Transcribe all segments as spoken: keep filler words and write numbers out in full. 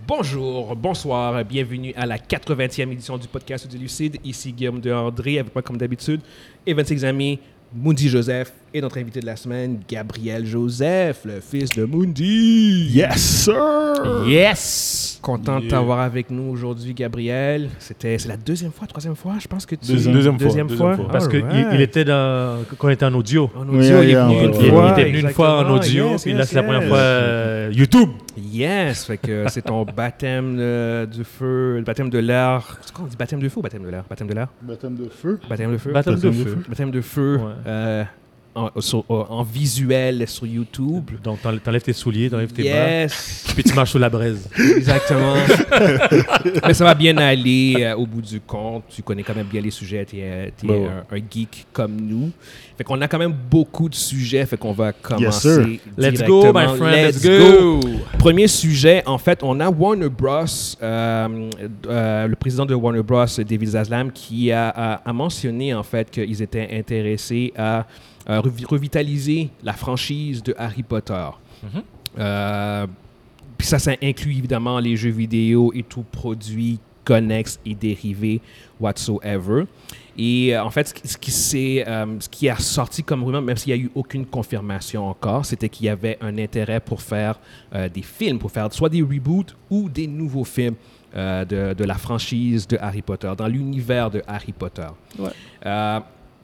Bonjour, bonsoir, bienvenue à la quatre-vingtième édition du podcast du Lucide. Ici Guillaume de André, avec moi comme d'habitude, et vingt-six amis, Mundi Joseph, et notre invité de la semaine, Gabriel Joseph, le fils de Mundi. Yes, sir! Yes! Content Yeah. de t'avoir avec nous aujourd'hui, Gabriel. C'était, c'est la deuxième fois, troisième fois, je pense que tu... Deuxième, deuxième fois, Deuxième deuxième fois. fois. Parce qu'il Alright. il était dans, quand on était en audio. En Oui, audio, il est oui, venu oui, une oui. Il, fois. il était venu une fois en exactement. audio, Yes, puis yes, là, c'est la première yes. fois euh, YouTube. Yes, fait que c'est ton baptême euh, du feu, le baptême de l'air. C'est quoi on dit, baptême de feu ou baptême de l'air? Baptême de l'air? Baptême de feu. Baptême de feu? Baptême de Baptême de feu. feu. Baptême de feu. Ouais. euh, en, sur- en visuel sur YouTube. Donc, t'enlèves t'enlèves tes souliers, t'enlèves tes bas, Yes, puis tu marches sous la braise. exactement. Mais ça va bien aller euh, au bout du compte. Tu connais quand même bien les sujets. Tu es Ben ouais. un, un geek comme nous. Fait qu'on a quand même beaucoup de sujets. Fait qu'on va sir. commencer Let's go, directement. my friend, Let's let's go. Premier sujet, en fait, on a Warner Bros, euh, euh, le président de Warner Bros, David Zaslav, qui a, a, a mentionné en fait qu'ils étaient intéressés à euh, revi- revitaliser la franchise de Harry Potter. Mhm. Euh, Puis ça, ça inclut évidemment les jeux vidéo et tout produit connexes et dérivés whatsoever. Et euh, en fait, ce qui, ce, qui s'est, euh, ce qui a sorti comme rumeur, même s'il n'y a eu aucune confirmation encore, c'était qu'il y avait un intérêt pour faire euh, des films, pour faire soit des reboots ou des nouveaux films euh, de, de la franchise de Harry Potter, dans l'univers de Harry Potter. Ouais. Euh,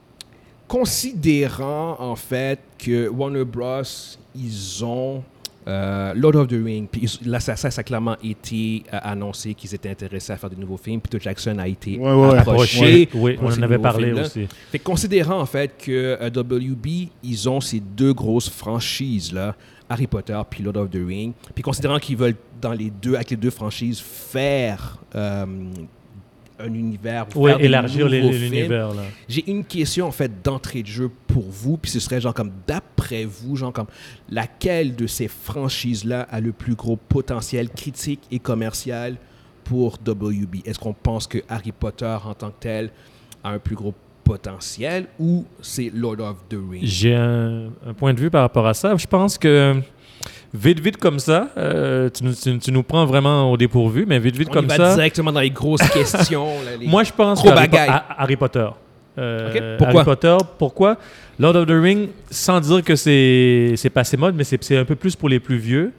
considérant en fait que Warner Bros, ils ont euh, Lord of the Rings, puis ils- là ça, ça, ça a clairement été euh, annoncé qu'ils étaient intéressés à faire de nouveaux films. Peter Jackson a été Ouais, ouais, approché. Oui, pour on ces en avait nouveaux parlé films-là. aussi. Fait que considérant en fait que euh, W B, ils ont ces deux grosses franchises là, Harry Potter puis Lord of the Rings, puis considérant qu'ils veulent dans les deux avec les deux franchises faire euh, un univers, ou Oui, faire des élargir les- nouveaux les- films, l'univers, là. j'ai une question en fait d'entrée de jeu pour vous, puis ce serait genre comme d'après vous, genre comme laquelle de ces franchises-là a le plus gros potentiel critique et commercial pour W B? Est-ce qu'on pense que Harry Potter en tant que tel a un plus gros potentiel ou c'est Lord of the Rings? J'ai un, un point de vue par rapport à ça. Je pense que vite, vite comme ça, euh, tu, nous- tu- tu nous prends vraiment au dépourvu, mais vite, vite On comme y va ça. directement dans les grosses questions. là, les- Moi, je pense Gros que Harry, Po- bagaille. Ha- Harry Potter. Euh, Ok, pourquoi? Harry Potter, pourquoi? Lord of the Rings, sans dire que c'est c'est passé mode, mais c'est c'est un peu plus pour les plus vieux.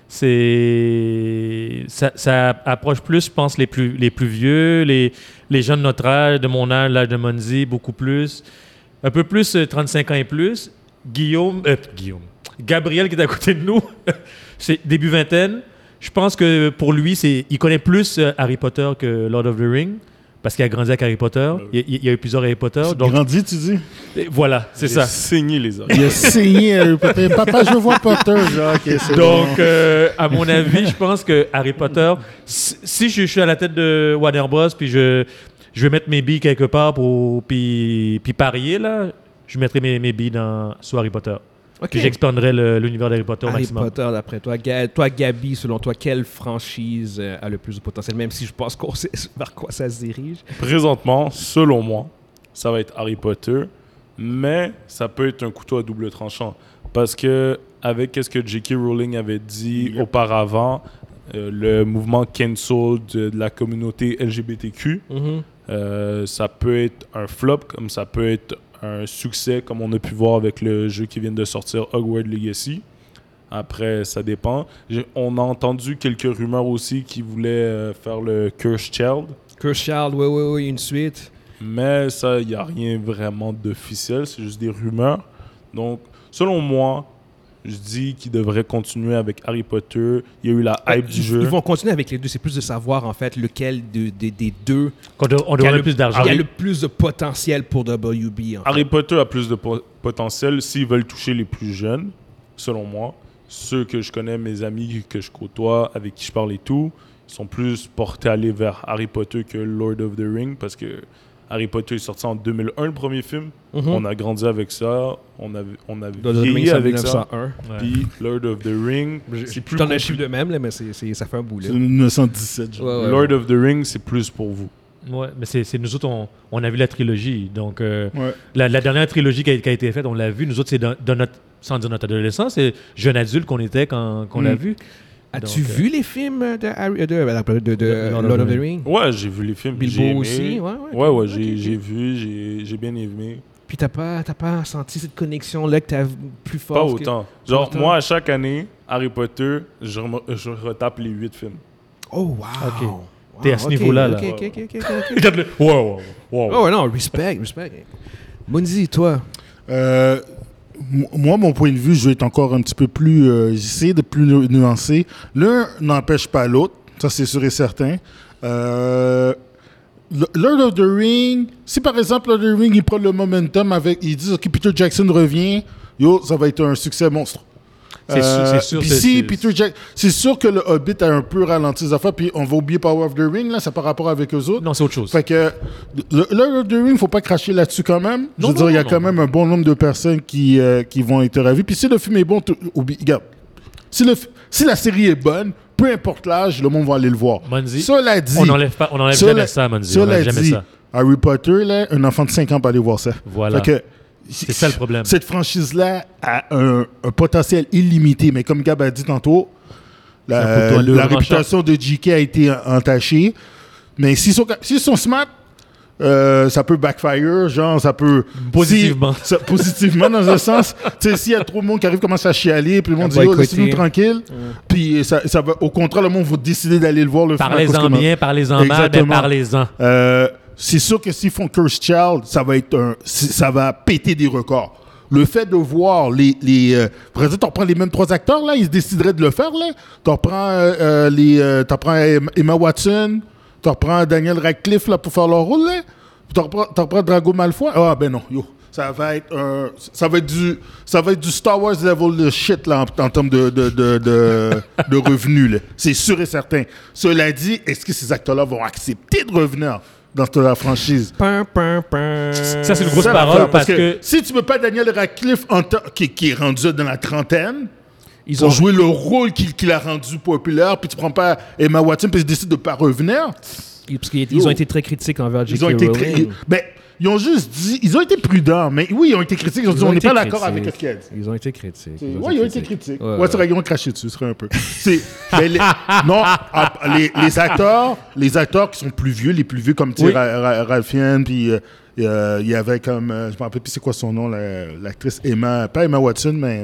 C'est ça, ça approche plus, je pense, les plus, les plus vieux, les, les gens de notre âge, de mon âge, l'âge de Monzi, beaucoup plus. Un peu plus euh, trente-cinq ans et plus. Guillaume, euh, Guillaume, Gabriel qui est à côté de nous, c'est début vingtaine. Je pense que pour lui, c'est, il connaît plus euh, Harry Potter que Lord of the Rings. Parce qu'il a grandi avec Harry Potter. Il, il- il y a eu plusieurs Harry Potter. Donc, Grandi, tu dis? et voilà, c'est J'ai ça. saigné les oreilles. Il a saigné Harry Potter. Papa, je vois Potter. Genre, ok, c'est Donc, bon. euh, à mon avis, je pense que Harry Potter, si, si je, je suis à la tête de Warner Bros, puis je, je vais mettre mes billes quelque part pour puis, puis parier, là, je mettrai mes, mes billes dans, sur Harry Potter. Ok. Puis j'expandrai le- l'univers d'Harry Potter au Harry maximum. Potter, d'après toi. Ga- toi, Gabi, selon toi, quelle franchise euh, a le plus de potentiel? Même si je pense qu'on sait vers quoi ça se dirige. Présentement, selon moi, ça va être Harry Potter, mais ça peut être un couteau à double tranchant. Parce que, avec ce que J K Rowling avait dit Yep. auparavant, euh, le mouvement cancel de, de la communauté L G B T Q, Mhm. euh, ça peut être un flop, comme ça peut être un succès, comme on a pu voir avec le jeu qui vient de sortir, Hogwarts Legacy. Après, ça dépend. J'ai- on a entendu quelques rumeurs aussi qui voulaient euh, faire le Cursed Child. Cursed Child, oui, oui, oui, une suite. Mais ça, il n'y a rien vraiment d'officiel, c'est juste des rumeurs. Donc, selon moi, je dis qu'ils devraient continuer avec Harry Potter. Il y a eu la hype ils, du jeu. Ils vont continuer avec les deux. C'est plus de savoir, en fait, lequel de- de- des deux Qu'on doit- on qui a doit le, plus d'argent. qui a le plus de potentiel pour W B. En fait. Harry Potter a plus de po- potentiel s'ils veulent toucher les plus jeunes, selon moi. Ceux que je connais, mes amis que je côtoie, avec qui je parle et tout, ils sont plus portés à aller vers Harry Potter que Lord of the Rings parce que Harry Potter est sorti en deux mille un, le premier film. Mhm. On a grandi avec ça. On avait, on avait Lord of the Rings, vieilli c'est en avec ça. mille neuf cent un. Ouais. Puis Lord of the Rings, Je c'est plus donne un compli- chiffre de même, là, mais c'est, c'est- ça fait un bout. Là. C'est mille neuf cent dix-sept. genre. Ouais, ouais, Lord ouais. of the Rings, c'est plus pour vous. Ouais, mais c'est, c'est nous autres, on, on a vu la trilogie. Donc, euh, Ouais. la, la dernière trilogie qui a, qui a été faite, on l'a vu. Nous autres, c'est dans, dans notre, sans dire notre adolescence, c'est jeune adulte qu'on était quand qu'on l'a Mm. vu. As-tu Donc, euh, vu les films de, Harry, de, de, de, de Lord of Lord the of the Rings? Ouais, j'ai vu les films. puis j'ai Bilbo aimé. aussi? Ouais, ouais. Ouais, ouais, ok, j'ai, ok. j'ai vu, j'ai, j'ai bien aimé. Puis t'as pas, t'as pas senti cette connexion-là que t'as plus Pas forte? que- autant. Genre, autant? moi, à chaque année, Harry Potter, je, rem- je retape les huit films. Oh, wow! Ok. Wow, T'es à ce ok, niveau-là, là. Ok, ok, ok, ok, ok. Regarde-le. Wow, wow, wow. Oh, ouais, non, respect, respect. Munzi, toi? Euh, m- moi, mon point de vue, je vais être encore un petit peu plus... Euh, j'essaie de plus nu- nuancer. L'un n'empêche pas l'autre, ça c'est sûr et certain. Euh, le- Lord of the Ring, si par exemple Lord of the Ring, il prend le momentum avec... Ils disent, OK, Peter Jackson revient, yo, ça va être un succès monstre. C'est sûr, c'est sûr, Puis c'est si sûr. Peter Jack... C'est sûr que le Hobbit a un peu ralenti les affaires, puis on va oublier Power of the Ring, là, c'est par rapport avec eux autres. Non, c'est autre chose. Fait que le Lord of the Rings, faut pas cracher là-dessus quand même. Je Non, veux dire, non, il y a non, quand non. même un bon nombre de personnes qui, euh, qui vont être ravies. Puis si le film est bon, tu- oublie, regarde, si, le, f- si la série est bonne, peu importe l'âge, le monde va aller le voir. Monzi, Cela dit, on n'enlève pas, on n'enlève cela- jamais ça, Monzi. On cela n'enlève jamais dit, ça. Harry Potter, là, un enfant de cinq ans peut aller voir ça. Voilà. Fait que, C'est ça le problème. Cette franchise-là a un, un potentiel illimité, mais comme Gab a dit tantôt, C'est un la, couteau à deux la tranchants. réputation de J K a été entachée. Mais s'ils sont, s'ils sont smart, euh, ça peut backfire, genre ça peut... Positivement. si- ça- positivement, dans un sens. Tu sais, s'il y a trop de monde qui arrive, commence à chialer, puis le monde À dit, oh, boycotter. laissez-nous tranquille. Puis ça, ça va, au contraire, le monde va décider d'aller le voir, le film. à cause Parlez-en que- bien, parlez-en mal, mais Exactement. parlez-en. euh, c'est sûr que s'ils font Cursed Child, ça va être un, c'est- ça va péter des records. Le fait de voir les, les euh, par exemple, t'en prends les mêmes trois acteurs là, ils décideraient de le faire là. T'en prends euh, euh, les, euh, t'en prends Emma Watson, t'en prends Daniel Radcliffe là pour faire leur rôle là. T'en prends, t'en prends Drago Malfoy. Ah ben non, yo, ça va être un, ça va être du, ça va être du Star Wars level de shit là en, en termes de de de, de, de revenus là. C'est sûr et certain. Cela dit, est-ce que ces acteurs là vont accepter de revenir dans toute la franchise? Pin, pin, pin. Ça, c'est une grosse Ça, parole l'affaire, parce que... si tu veux pas Daniel Radcliffe en ta- qui, qui est rendu dans la trentaine Ils pour ont jouer le rôle qu'il qu'il a rendu populaire, puis tu prends pas Emma Watson puis tu décides de pas revenir, Parce qu'ils ils ont été très critiques envers J K ils ont été Rowling. très, ben ils ont juste dit, ils ont été prudents, mais oui ils ont été critiques, ils ont dit Ils ont on n'est été pas d'accord avec critiques. ce qu'il a dit. Ils ont été critiques. C'est- Ouais, ils ont été critiques. Ouais, Ouais, ouais. c'est vrai, ils ont craché dessus, ce serait un peu. C'est, ben, les, non, ah, les, les acteurs, les acteurs qui sont plus vieux, les plus vieux comme tu sais, Oui. Ra- Ra- Ralph Fiennes, puis euh, euh, il y avait comme, euh, je me rappelle plus c'est quoi son nom, la- l'actrice Emma, pas Emma Watson, mais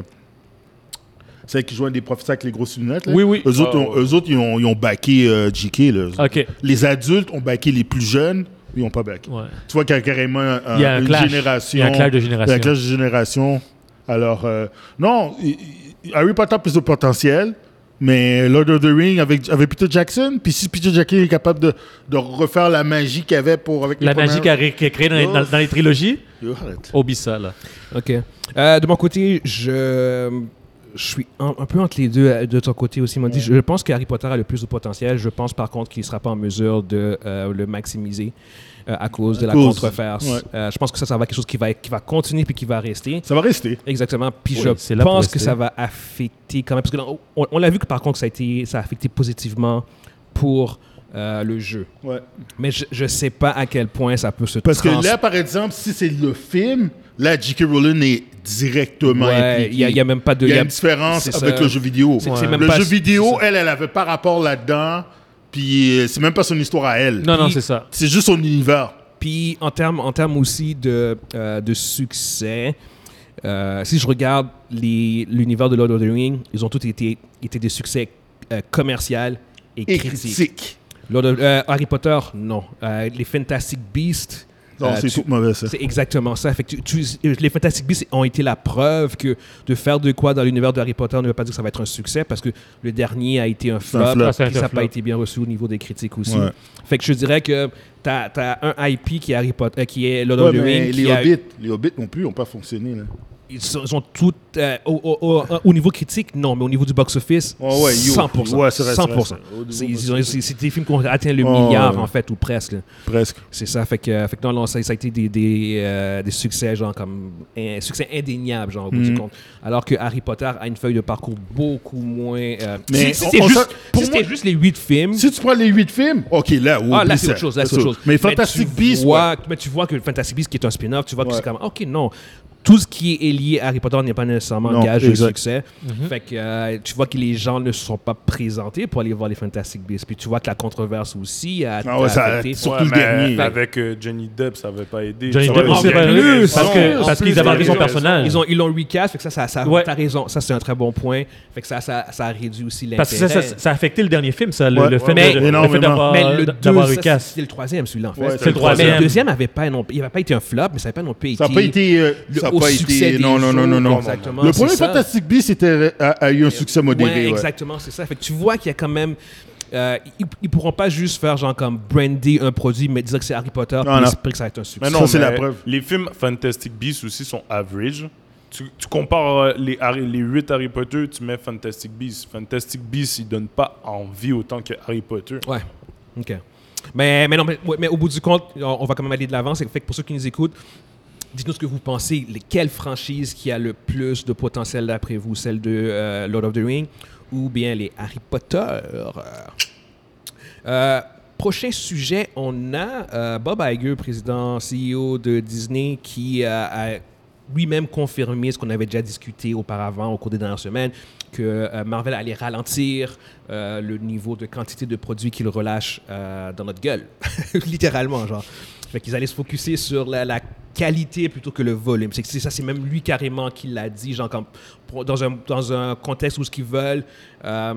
celle qui jouait des professeurs avec les grosses lunettes. Là. Oui, oui. Eux autres, Ah, ont, ouais. eux autres ils, ont, ils ont backé euh, J K. Là, eux autres. OK. Les adultes ont backé les plus jeunes, ils n'ont pas backé. Ouais. Tu vois qu'il y a carrément un- Il y a un une clash. génération. Il y a un clash de Il y a génération. un clash de génération. Alors, euh, non, il- il- Harry Potter a plus de potentiel, mais Lord of the Rings avec, avec Peter Jackson, puis si Peter Jackson est capable de, de refaire la magie qu'il avait pour... Avec les La magie premières- qu'il a, ré- qu'il a créée dans, les- dans- dans les trilogies, Yo, arrête. oublie ça, là. OK. Euh, de mon côté, je, je suis un, un peu entre les deux. euh, De ton côté aussi, Mandy. Je pense que Harry Potter a le plus de potentiel. Je pense par contre qu'il ne sera pas en mesure de euh, le maximiser euh, à cause de À la cause. controverse. Ouais. Euh, je pense que ça, ça va être quelque chose qui va, qui va continuer puis qui va rester. Ça va rester. Exactement. Puis Oui, je c'est là pour pense que rester. ça va affecter quand même. Parce que là, on, on l'a vu que par contre, ça a, été, ça a affecté positivement pour euh, le jeu. Ouais. Mais je ne sais pas à quel point ça peut se Parce que trans- là, par exemple, si c'est le film, là, J K Rowling est directement Ouais, impliqué. il n'y a, il y a même pas de. Il y il y a a- une différence c'est avec ça. le jeu vidéo. C'est- c'est même le pas- jeu vidéo, c'est elle, elle avait pas rapport là-dedans, puis euh, c'est même pas son histoire à elle. Non, non, Puis- c'est ça. C'est juste son univers. Puis en termes en termes aussi de, euh, de succès, euh, si je regarde les- l'univers de Lord of the Rings, ils ont tous été, été des succès euh, commerciaux et, Et critiques. critique. Lord of- euh, Harry Potter, non. Euh, les Fantastic Beasts, Non, euh, c'est tu- tout mauvais, ça. c'est exactement ça. Fait que tu- tu- les Fantastic Beasts ont été la preuve que de faire de quoi dans l'univers de Harry Potter ne veut pas dire que ça va être un succès parce que le dernier a été un flop, un flop. puis Ça a été ça un n'a pas flop. été bien reçu au niveau des critiques aussi. Ouais. Fait que je dirais que tu as, un I P qui est Harry Potter, euh, qui est Lord Ouais, of the mais Rings. les qui a- Hobbits, les Hobbits non plus n'ont pas fonctionné. Là. ils sont, ils sont toutes euh, au, au- au- au niveau critique, non, mais au niveau du box-office, Oh, ouais, yo. cent pour cent. Ouais, c'est vrai, c'est vrai, cent pour cent. c'est vrai. Au niveau C'est- box ils ont- office. C'est c'est des films qui ont atteint le Oh, milliard, ouais. en fait, ou presque. là. Presque. C'est ça. Fait que, euh, fait que non, non, ça, ça a été des, des, euh, des succès, genre, comme un succès indéniable, genre, au bout Mhm. du compte. Alors que Harry Potter a une feuille de parcours beaucoup moins. euh, Mais si si on- c'était on juste, s'en- pour si c'était moi- juste les huit films. Si tu prends les huit films, ok, là, oublie Ah, là, c'est ça. autre chose. Là, c'est autre chose. Mais Fantastic tu Beasts, vois, ouais. mais tu vois que Fantastic Beasts, qui est un spin-off, tu vois que Ouais. c'est comme, OK, non. tout ce qui est lié à Harry Potter n'est pas nécessairement Non, gage de exact. succès. Mhm. Fait que euh, tu vois que les gens ne se sont pas présentés pour aller voir les Fantastic Beasts. Puis tu vois que la controverse aussi a, Ah ouais, a ça- affecté. surtout Ouais, le mais dernier. avec euh, Johnny Depp, ça avait pas aidé. Johnny Ça Depp va- aussi, en ben, plus, parce que- en parce plus, qu'ils avaient il enlevé son avait personnage. Ils ont, ils l'ont recast, fait que ça, ça, ça Ouais. t'as raison, ça c'est un très bon point. Fait que ça, ça, ça a réduit aussi l'intérêt. Parce que ça, ça, ça a affecté le dernier film, ça, le, Ouais, le fait, ouais, de- ouais, le fait énormément. d'avoir mais le d'avoir deux, ça, recast. c'était le troisième, celui-là, en fait. Ouais, C'était c'est le troisième. Mais le deuxième avait pas, non, il n'avait pas été un flop, mais ça n'avait pas non plus été... Ça n'a pas été. euh, le ça a haut pas succès été. des Non, non, non, non, autres, non. exactement, Le c'est premier ça. Fantastic Beasts était- a, a eu un succès modéré. Ouais, ouais. exactement, c'est ça. Fait que tu vois qu'il y a quand même... Euh, ils, ils pourront pas juste faire genre comme brander un produit, mais dire que c'est Harry Potter, Non, puis non. espérer que ça va être un succès. Mais non, Ça, c'est mais la preuve. Les films Fantastic Beasts aussi sont average. Tu, tu compares euh, les, Harry- les huit Harry Potter, tu mets Fantastic Beasts. Fantastic Beasts, ils donnent pas envie autant que Harry Potter. Ouais, ok. Mais, mais non, mais, ouais, mais au bout du compte, on, on va quand même aller de l'avant. C'est fait que pour ceux qui nous écoutent, dites-nous ce que vous pensez. Les, quelle franchise qui a le plus de potentiel d'après vous? Celle de euh, Lord of the Rings ou bien les Harry Potter? Euh, prochain sujet, on a euh, Bob Iger, président C E O de Disney, qui euh, a lui-même confirmé ce qu'on avait déjà discuté auparavant au cours des dernières semaines, que euh, Marvel allait ralentir euh, le niveau de quantité de produits qu'il relâche euh, dans notre gueule, littéralement, genre. Fait qu'ils allaient se focuser sur la, la qualité plutôt que le volume. C'est, c'est ça, c'est même lui carrément qui l'a dit, genre comme, pour- dans, un, dans un contexte où ce qu'ils veulent euh,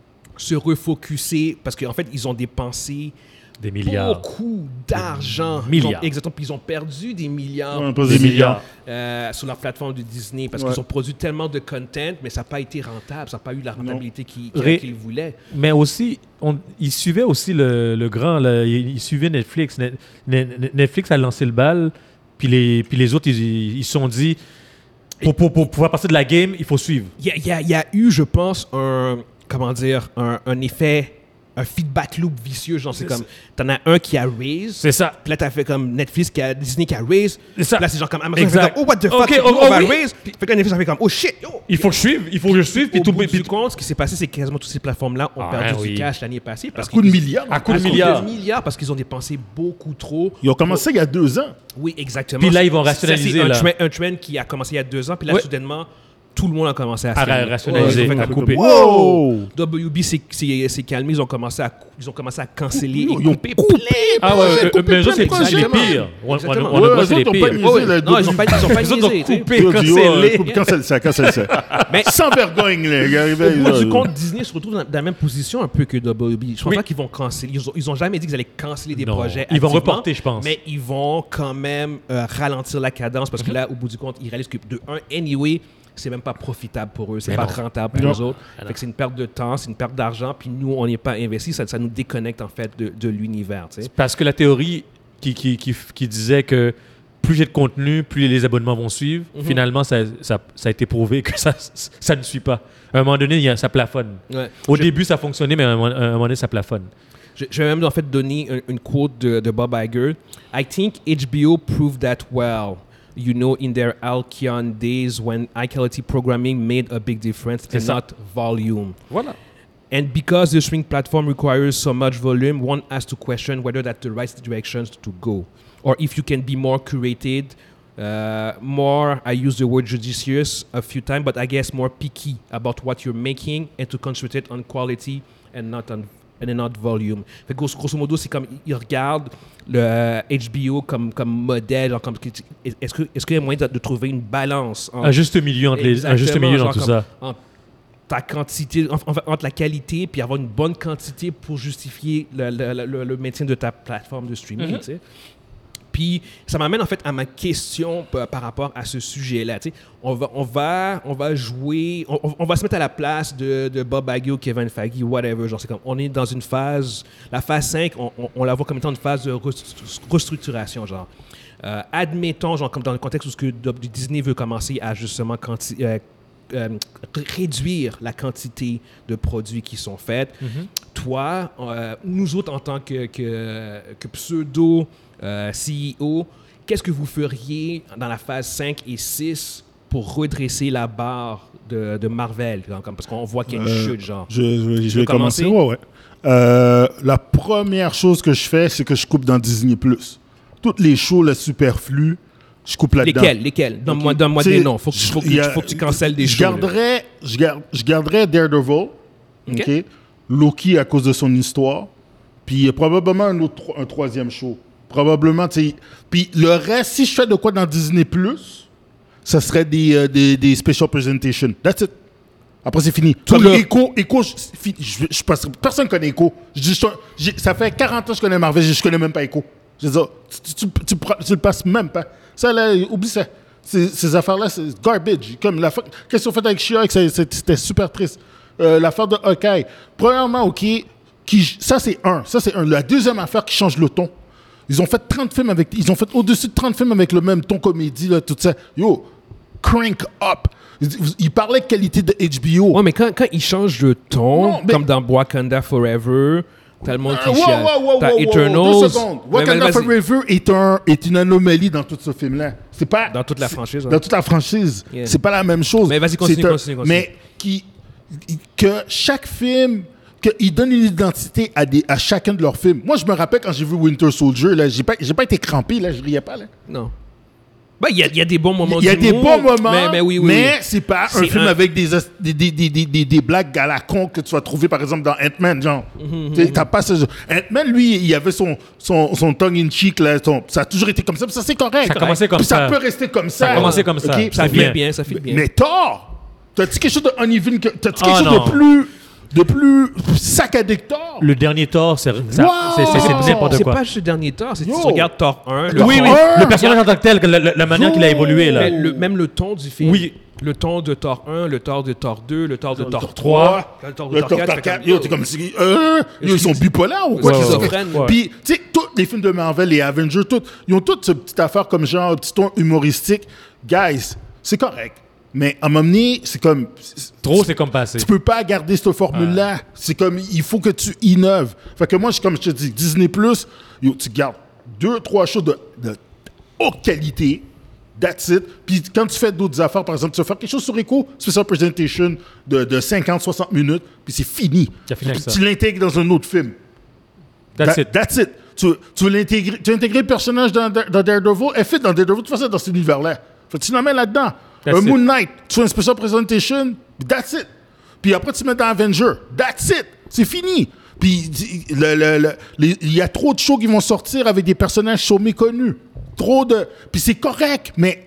se refocuser, parce qu'en fait, ils ont dépensé Des milliards. beaucoup d'argent. Des milliards. Ils ont- exactement, puis ils ont perdu des milliards Ouais, pas des milliards. euh, sur leur plateforme de Disney parce Ouais. qu'ils ont produit tellement de content, mais ça n'a pas été rentable, ça n'a pas eu la rentabilité qu'ils, qu'ils- Ré- qu'ils voulaient. Mais aussi, on, ils suivaient aussi le, le grand, là, ils, ils suivaient Netflix. Net- Net- Netflix a lancé le bal, puis les, puis les autres, ils ils se sont dit, pour, pour, pour pouvoir passer de la game, il faut suivre. Il y a, il y a- il y a eu, je pense, un, comment dire, un, un effet, un feedback loop vicieux. Genre, c'est, C'est comme, t'en as un qui a raise, C'est ça. puis là, t'as fait comme Netflix, qui a Disney qui a raise, C'est ça. puis là, c'est genre comme Amazon, Exact. fait comme, oh, what the fuck, Ok, c'est oh, nous, on oh, va oui. raise. Puis, fait que là, Netflix a fait comme, oh shit, yo. Il faut que je suive, il faut que je suive, puis Au tout. bout puis du tout- compte, ce qui s'est passé, c'est que quasiment toutes ces plateformes-là ont Ah, perdu oui. du cash l'année passée. Parce À coup de qu'ils- milliards. À coup de à milliards. milliards parce qu'ils ont dépensé beaucoup trop. Ils ont commencé il y a deux ans. Oui, exactement. Puis là, ils vont Ça, rationaliser, C'est un, là. trend, un trend qui a commencé il y a deux ans, puis là, Ouais. soudainement, tout le monde a commencé à se À calmer. rationaliser, Ouais, ils ont fait à comme, couper. Wow! W B s'est, s'est, s'est calmé, ils ont commencé à, cou- ils ont commencé à canceller Ils et ont couper coupé. plein de Ah ouais, projets, euh, couper mais eux plein autres, c'est de projets. c'est les Exactement. pires. On- on- Exactement. on a Ouais, pas, eux c'est les autres ont pires. pas misé, Ouais, là, non, ils ont pas, ils ont pas Les autres ont misé, tu sais. coupé, Ils ont dit, cancellé. ouais, coupe, cancelle ça, cancelle ça. Mais Sans vergogne, les gars. au arrivaient, bout là. du compte, Disney se retrouve dans, dans la même position un peu que W B. Je pense Oui. pas qu'ils vont canceller. Ils ont, ils ont jamais dit qu'ils allaient canceller des Non. projets. Ils vont activement, reporter, je pense. Mais ils vont quand même euh, ralentir la cadence parce que là, au bout du compte, ils réalisent que de un, anyway, c'est même pas profitable pour eux, c'est Mais pas non. rentable pour Non. eux autres. Fait que c'est une perte de temps, c'est une perte d'argent, puis nous, on n'est pas investis, ça, ça nous déconnecte en fait de, de l'univers. Tu sais. Parce que la théorie qui, qui, qui, qui disait que plus j'ai de contenu, plus les abonnements vont suivre, Mhm. finalement, ça, ça, ça a été prouvé que ça, ça ne suit pas. À un moment donné, il y a, ça plafonne. Ouais. Au Je- début, ça fonctionnait, mais à un, moment- à un moment donné, ça plafonne. Je, je vais même en fait donner un- une quote de, de Bob Iger. I think H B O proved that well. You know, in their Alkion days when high quality programming made a big difference C'est and ça. not volume. Voilà. And because the streaming platform requires so much volume, one has to question whether that's the right direction to go, or if you can be more curated, uh, more. I use the word judicious a few times, but I guess more picky about what you're making and to concentrate on quality and not on and not volume. Fait que grosso, grosso modo, c'est comme ils regardent le euh, H B O comme comme modèle, genre comme est-ce que est-ce qu'il y a moyen de, de trouver une balance entre Un juste milieu entre les, un juste Exactement, milieu dans genre tout comme ça. entre ta quantité, en- en fait, entre la qualité puis avoir une bonne quantité pour justifier le, le- le- le maintien de ta plateforme de streaming. Mhm. Tu sais. Puis ça m'amène en fait à ma question p- par rapport à ce sujet-là. Tu sais. On va, on va, on va jouer, on, on va se mettre à la place de, de Bob Iger, Kevin Feige, whatever. Genre, c'est comme, on est dans une phase, la phase cinq, on, on, on la voit comme étant une phase de restru- restructuration, genre. Euh, admettons, genre, comme dans le contexte où ce que Disney veut commencer à justement quanti- euh, euh, réduire la quantité de produits qui sont faits. Mhm. Toi, euh, nous autres, en tant que, que, que pseudo euh, C E O, qu'est-ce que vous feriez dans la phase cinq et six pour redresser la barre de, de Marvel? Genre, comme- parce qu'on voit qu'il y a une Euh, chute, genre. Je, je- je veux vais commencer. commencer? Ouais, ouais. Euh, la première chose que je fais, c'est que je coupe dans Disney+. Toutes les shows, le superflu, je coupe là-dedans. Lesquels? Lesquels? Donne-moi Ok. donne-moi T'sais, des noms. Faut que, je- faut que, il y a- faut que tu cancelles des je shows. là. garderais, je, gar- je garderais Daredevil, Ok. ok? Loki à cause de son histoire, puis euh, probablement un autre tro- un troisième show. Probablement, tu sais. Puis le reste, si je fais de quoi dans Disney Plus, ça serait des, euh, des, des special presentations. That's it. Après, c'est fini. Tout Comme le- Echo, Echo, je, je, je, je passe- personne ne connaît Echo. Je dis, je- j'ai- ça fait quarante ans que je connais Marvel, je ne connais même pas Echo. Je veux dire, tu, tu, tu, tu, prends- tu le passes même pas. Ça, là, oublie ça. Ces, ces affaires-là, c'est garbage. Comme la fa- qu'est-ce qu'ils ont fait avec She-Hulk, c'est- c'est- c'était super triste. Euh, l'affaire de Hawkeye. Premièrement, OK, qui, ça, c'est un. Ça, c'est un. La deuxième affaire qui change le ton. Ils ont fait trente films avec... Ils ont fait au-dessus de trente films avec le même ton comédie, là, tout ça. Yo, crank up. Ils, ils parlaient de qualité de H B O. Ouais, mais quand, quand ils changent de ton, Non, mais- comme dans Wakanda Forever, t'as le monde qui Ah, wow, chiale. wow, wow, T'as wow, wow, Eternals. deux secondes. Ouais, Wakanda vas-y. Forever est, un, est une anomalie dans tout ce film-là. C'est pas... Dans toute la c'est- franchise, ouais. Dans toute la franchise. Yeah. C'est pas la même chose. Mais vas-y, continue, C'est un- continue, continue. Mais qui, que chaque film... Qu'ils donnent une identité à, des, à chacun de leurs films. Moi, je me rappelle quand j'ai vu Winter Soldier, là, j'ai pas, j'ai pas été crampé, là, je riais pas, là. Non. Ben, il y a, il y a des bons moments Il y a des d'humour, bons moments, mais, mais oui, oui, mais oui. c'est pas un C'est film un- avec des, as- des, des, des, des, des, des blagues à la con que tu vas trouver, par exemple, dans Ant-Man, genre. Mhm, Tu sais, t'as pas ce genre. Ant-Man, lui, il avait son, son, son tongue-in-cheek, là. son- ça a toujours été comme ça, puis ça, c'est correct. Ça a commencé comme Puis ça. ça. peut rester comme ça. Ça a commencé comme ça. OK? Ça C'est fit bien. bien, ça fit bien. Mais Thor, t'as-tu quelque chose de uneven, que- t'as-tu quelque Ah, chose non. de plus, de plus saccadé que Thor? Le dernier Thor, c'est ça- Wow! c'est- c'est- c'est n'importe C'est quoi. pas juste le dernier Thor, c'est si Yo. tu regardes Thor un, le, Oui, Thor oui. un, Le personnage en tant que tel, la, la- la manière qu'il a évolué, là. mais le- même le ton du film. Oui. Le ton de Thor un, le Thor de Thor deux, le Thor de Thor Thor trois, trois, le Thor de Le Thor Thor quatre. fait quatre. comme, Yo, t'es comme si. Euh, yo, ils sont bipolaires ou quoi? Ouais, qu'ils sont- schizophrènes. Ouais. Puis, tu sais, tous les films de Marvel, les Avengers, tout, ils ont toutes ce petite affaire comme genre, petit ton humoristique. Guys, c'est correct. Mais à un moment donné, c'est comme. Trop, c'est comme passé. Tu peux pas garder cette formule-là. C'est comme, il faut que tu innoves. Fait que moi, je- comme je te dis, Disney Plus, yo, tu gardes deux, trois choses de, de haute qualité. That's it. Puis quand tu fais d'autres affaires, par exemple, tu vas faire quelque chose sur Echo, special presentation de, de cinquante à soixante minutes, puis c'est fini. T'as fini avec tu ça. tu l'intègres dans un autre film. That's That- it. That's it. Tu, tu veux l'intégrer, tu veux intégrer le personnage dans, dans Daredevil, elle fait dans Daredevil, tu fais ça dans cet univers-là. Fait que tu l'amènes là-dedans. That's un it. Moon Knight, tu fais une special presentation, that's it. Puis après, tu mets dans Avenger, that's it. C'est fini. Puis le- le- le- les- il y a trop de shows qui vont sortir avec des personnages qui sont méconnus. Trop de. Puis c'est correct, mais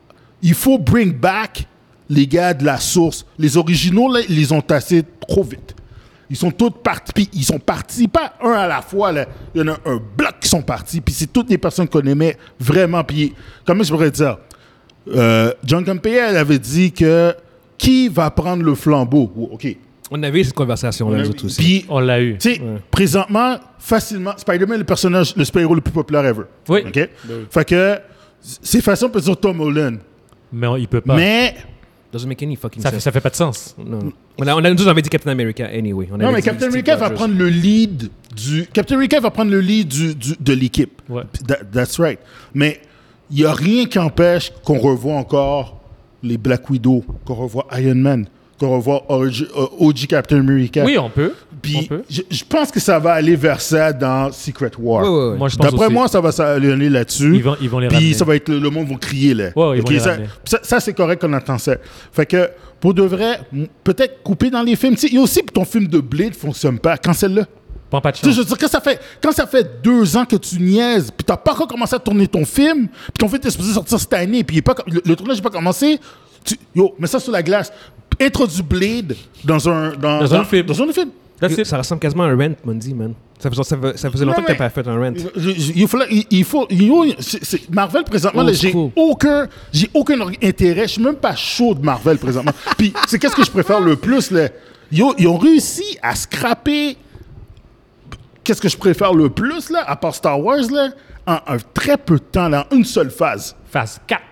il faut bring back les gars de la source. Les originaux, là, ils les ont tassés trop vite. Ils sont tous partis, puis ils sont partis, pas un à la fois, là. Il y en a un bloc qui sont partis, puis c'est toutes les personnes qu'on aimait vraiment. Puis, comment je pourrais dire? Euh, John Campea, elle avait dit que qui va prendre le flambeau? Oh, OK. On avait eu cette conversation-là, nous autres aussi. Puis, On l'a eu. tu sais, présentement, facilement, Spider-Man est le personnage, le super-héros le plus populaire ever. Oui. OK? Fait que, c'est facile, on peut dire Tom Holland. Mais on- il peut pas. Mais, Doesn't make any fucking Ça fait, sense. ça fait pas de sens. Non. On a, on a, nous, on avait dit Captain America anyway. On non, avait mais dit Captain Steve America va Rogers. prendre le lead du. Captain America va prendre le lead du, du- de l'équipe. Ouais. That- that's right. Mais il n'y a rien qui empêche qu'on revoie encore les Black Widow, qu'on revoie Iron Man, qu'on revoie O G, euh, O G Captain America. Oui, on peut. on Puis peut. je, je pense que ça va aller vers ça dans Secret War. Ouais, ouais, ouais. Moi, je pense D'après aussi. moi, ça va aller là-dessus. Ils vont- ils vont les Puis ramener. ça va être le, le monde va crier là. Ouais, ils vont Ok, les ça, ramener. ça, ça, c'est correct qu'on entend ça. Fait que pour de vrai, m- peut-être couper dans les films. Tu sais, il y a aussi que ton film de Blade fonctionne pas. Cancelle-le. Prends pas de Tu sais, chance. je veux dire, quand ça fait, quand ça fait deux ans que tu niaises, puis t'as pas encore commencé à tourner ton film, puis ton film est supposé sortir cette année, puis il est pas, le, le tournage n'est pas commencé, tu, yo, mets ça sur la glace. Introduis Blade dans un, dans, Dans un film. Dans un film. That's it. Ça ressemble quasiment à un rent, Mundi, man. Ça faisait, ça faisait, ça faisait longtemps Non, que mais- t'as pas fait un rent. Je- je- Il faut, il, il faut, yo, c'est- c'est- Marvel présentement, Old là, j'ai school. aucun, j'ai aucun intérêt. Je suis même pas chaud de Marvel présentement. Puis c'est qu'est-ce que je préfère le plus là. Yo, ils ont réussi à scraper. Qu'est-ce que je préfère le plus là, à part Star Wars là, en un très peu de temps là, en une seule phase. Phase quatre.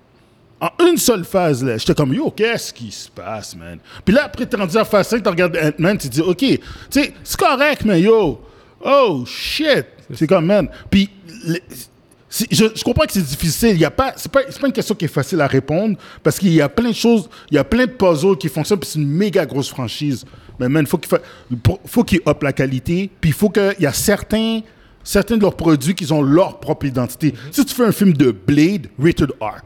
En une seule phase, là, j'étais comme, yo, qu'est-ce qui se passe, man? Puis là, après, t'es rendu à phase cinq, tu regardes Ant-Man, tu te dis, OK, tu sais, c'est correct, mais yo, oh, shit. C'est comme, man. Puis, le- c'est- je, je comprends que c'est difficile. Il y a pas, c'est pas, c'est pas une question qui est facile à répondre parce qu'il y a plein de choses, il y a plein de puzzles qui fonctionnent, puis c'est une méga grosse franchise. Mais, man, faut qu'il fa- faut, faut qu'il up la qualité, puis il faut qu'il y a certains certains de leurs produits qui ont leur propre identité. Mm-hmm. Si tu fais un film de Blade, rated R.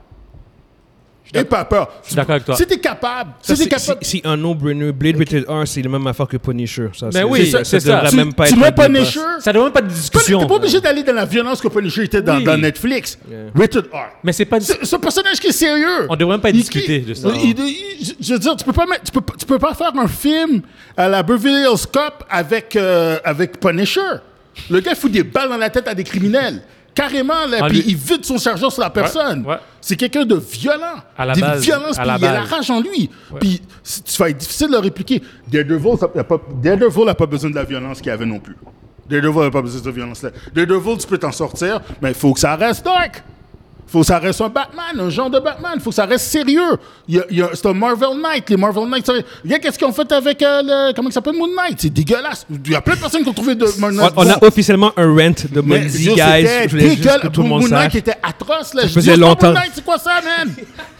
Et pas peur. Je suis d'accord avec toi. Si t'es capable, Ça, si t'es c'est, capable... c'est, c'est un no-brainer. Blade Rated R, c'est la même affaire que Punisher. Ça, Mais c'est, oui, c'est, c'est ça. ça. devrait Tu, même pas tu être mets un débat. Punisher... Ça devrait même pas de T'es discussion. pas obligé d'aller dans la violence que Punisher était dans, Oui. dans Netflix. Yeah. Rated R. Mais c'est pas. C'est, c'est un personnage qui est sérieux. On devrait même pas Il- discuter il- de ça. il- il- il- je veux dire, tu peux pas mettre, tu peux, pas- tu peux pas faire un film à la Beverly Hills Cop avec euh, avec Punisher. Le gars fout des balles dans la tête à des criminels. Carrément, là, Ah, puis lui- il vide son chargeur sur la personne. ouais. C'est quelqu'un de violent. À la Des base, violences, à puis la il y a la base. rage en lui. Puis c- ça va être difficile de le répliquer. Daredevil, ça- y a pas, Daredevil n'a pas besoin de la violence qu'il y avait non plus. Daredevil n'a pas besoin de cette violence-là. Daredevil, tu peux t'en sortir, mais il faut que ça reste dark. Il faut que ça reste un Batman, un genre de Batman. Il faut que ça reste sérieux. Il y a- il y a- c'est un Marvel Knight. Les Marvel Knights, ça- regarde qu'est-ce qu'ils ont fait avec euh, le... Comment il s'appelle, Moon Knight. C'est dégueulasse. Il y a plein de personnes qui ont trouvé de Moon On, Knight. on a bon. officiellement un rent de Mais, Monzy, yo, guys. c'était Je voulais juste que dégueulasse. tout le monde Moon Knight sache. était atroce. Là. Ça Je faisait dis, oh, longtemps. Moon Knight, c'est quoi ça, man?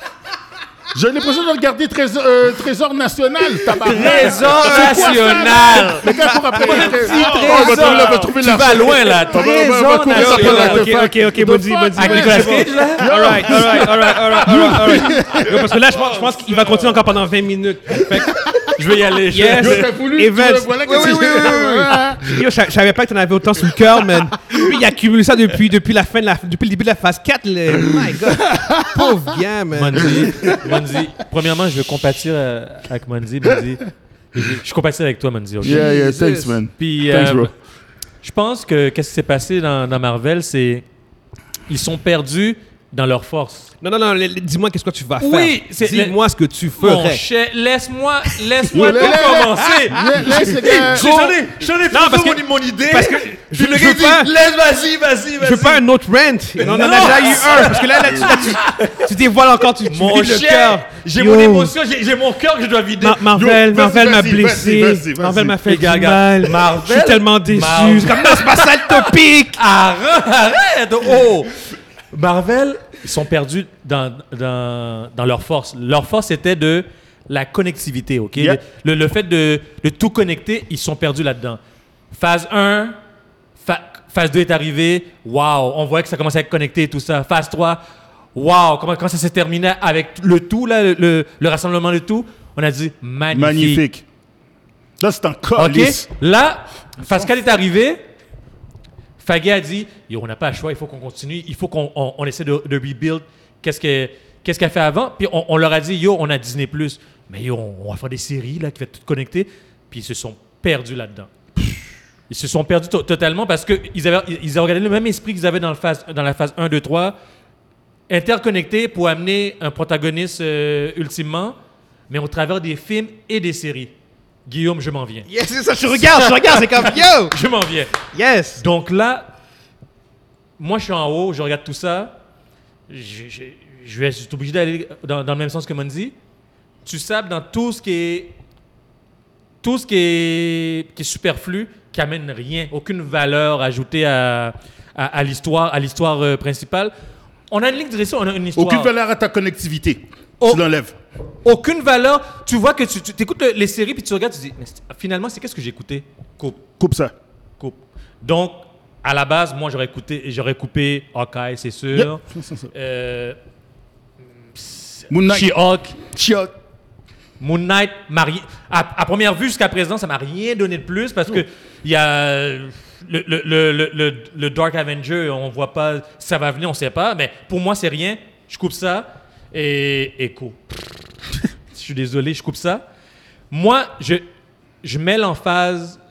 J'ai l'impression de regarder Trésor, euh, Trésor National, tabarnak. Trésor C'est quoi ça, National. man? Le gars pour rappeler. Oh, on va trouver- on va trouver Tu la vas loin, là. On va- on va- on va Trésor trouver ça pour National. la Ok, ok, ok, Monzy, Monzy, Avec Monzy, Nicolas c'est bon. Cage, là? All right, all right, all right, all right, all right, all right. Yo, parce que là, je pense, je pense qu'il va continuer encore pendant vingt minutes. Fait que, Je vais y aller. je- yes. Yo, t'as voulu, Evans. tu vois, voilà que Oui, oui, c'est- oui, oui, oui. Yo, je je savais pas que t'en avais autant sur le cœur, man. Lui, il a accumulé ça depuis, depuis la fin de la, depuis le début de la phase quatre. Le, my God. Pauvre gars, man. Monzy, Monzy, premièrement, je veux compatir euh, avec Monzy. Monzy. Je, je compatis avec toi, Monzy. ok? Yeah, yeah, thanks, man. Puis, Thanks, euh, bro. je pense que qu'est-ce qui s'est passé dans, dans Marvel, c'est ils sont perdus dans leur force. Non, non, non, le- le- dis-moi qu'est-ce que tu vas Oui, faire. c'est- Dis-moi ce que tu Mon ferais. cher, laisse-moi, laisse-moi Yo, tout laisse- commencer. Laisse- laisse le gars- J'en ai, j'en ai Non, parce mon, que- mon idée. Parce que je, Puis le je gars veux dit, pas, laisse, vas-y, vas-y, vas-y. je veux pas un autre rent. On en a Non. déjà eu un. Parce que là, là, tu, là, tu, tu dévoiles encore, tu, tu Mon vides le cher, cœur. j'ai Yo. mon émotion, j'ai j'ai mon cœur que je dois vider. Ma- Marvel, Yo, vas-y, Marvel m'a vas-y, blessé. vas-y, vas-y, vas-y. Marvel m'a fait Les du gars, mal. regarde, Marvel- Je suis tellement déçu. Marvel- C'est comme, non, c'est pas ça le topic. Arrête, arrête. Oh, Marvel, ils sont perdus dans, dans, dans leur force. Leur force était de la connectivité, OK? Yeah. Le, le fait de, de tout connecter, ils sont perdus là-dedans. Phase un, fa- phase deux est arrivée. Wow, on voit que ça commençait à être connecté et tout ça. Phase trois, wow, comment, comment ça s'est terminé avec le tout, là, le, le, le rassemblement de tout. On a dit magnifique. Magnifique. Là, c'est un OK? calice. Là, phase quatre est arrivée. Faggy a dit, yo, on n'a pas le choix, il faut qu'on continue, il faut qu'on on, on essaie de, de rebuild qu'est-ce que- qu'est-ce qu'elle fait avant. Puis on, on leur a dit, yo, on a Disney plus, mais yo, on, on va faire des séries là, qui vont tout connecter. Puis ils se sont perdus là-dedans. Ils se sont perdus to- totalement parce qu'ils avaient, ils avaient regardé le même esprit qu'ils avaient dans, le phase, dans la phase un, deux, trois, interconnectés pour amener un protagoniste euh, ultimement, mais au travers des films et des séries. Guillaume, je m'en viens. Yes, c'est ça. Je regarde, je regarde. C'est comme, yo. Je m'en viens. Yes. Donc là, moi, je suis en haut, je regarde tout ça. Je, je, je vais être obligé d'aller dans, dans le même sens que Monzy. Tu sables dans tout ce qui est tout ce qui est, qui est superflu, qui amène rien, aucune valeur ajoutée à, à, à l'histoire, à l'histoire euh, principale. On a une ligne direction, on a une histoire. Aucune valeur à ta connectivité. Oh. Tu l'enlèves. Aucune valeur. Tu vois que tu, tu écoutes les séries puis tu regardes, tu dis, mais c'est- finalement, c'est qu'est-ce que j'ai écouté? Coupe. Coupe ça. Coupe. Donc, à la base, moi, j'aurais écouté, j'aurais coupé Hawkeye, c'est sûr. Yep. Euh, Moon Knight. She-Hulk, Chia- Moon Knight, marié. À, à première vue, jusqu'à présent, ça m'a rien donné de plus parce que il y a le, le, le, le, le, le Dark Avenger, on voit pas, ça va venir, on sait pas. Mais pour moi, c'est rien. Je coupe ça et Echo. Je suis désolé, je coupe ça. Moi, je, je mets l'emphase.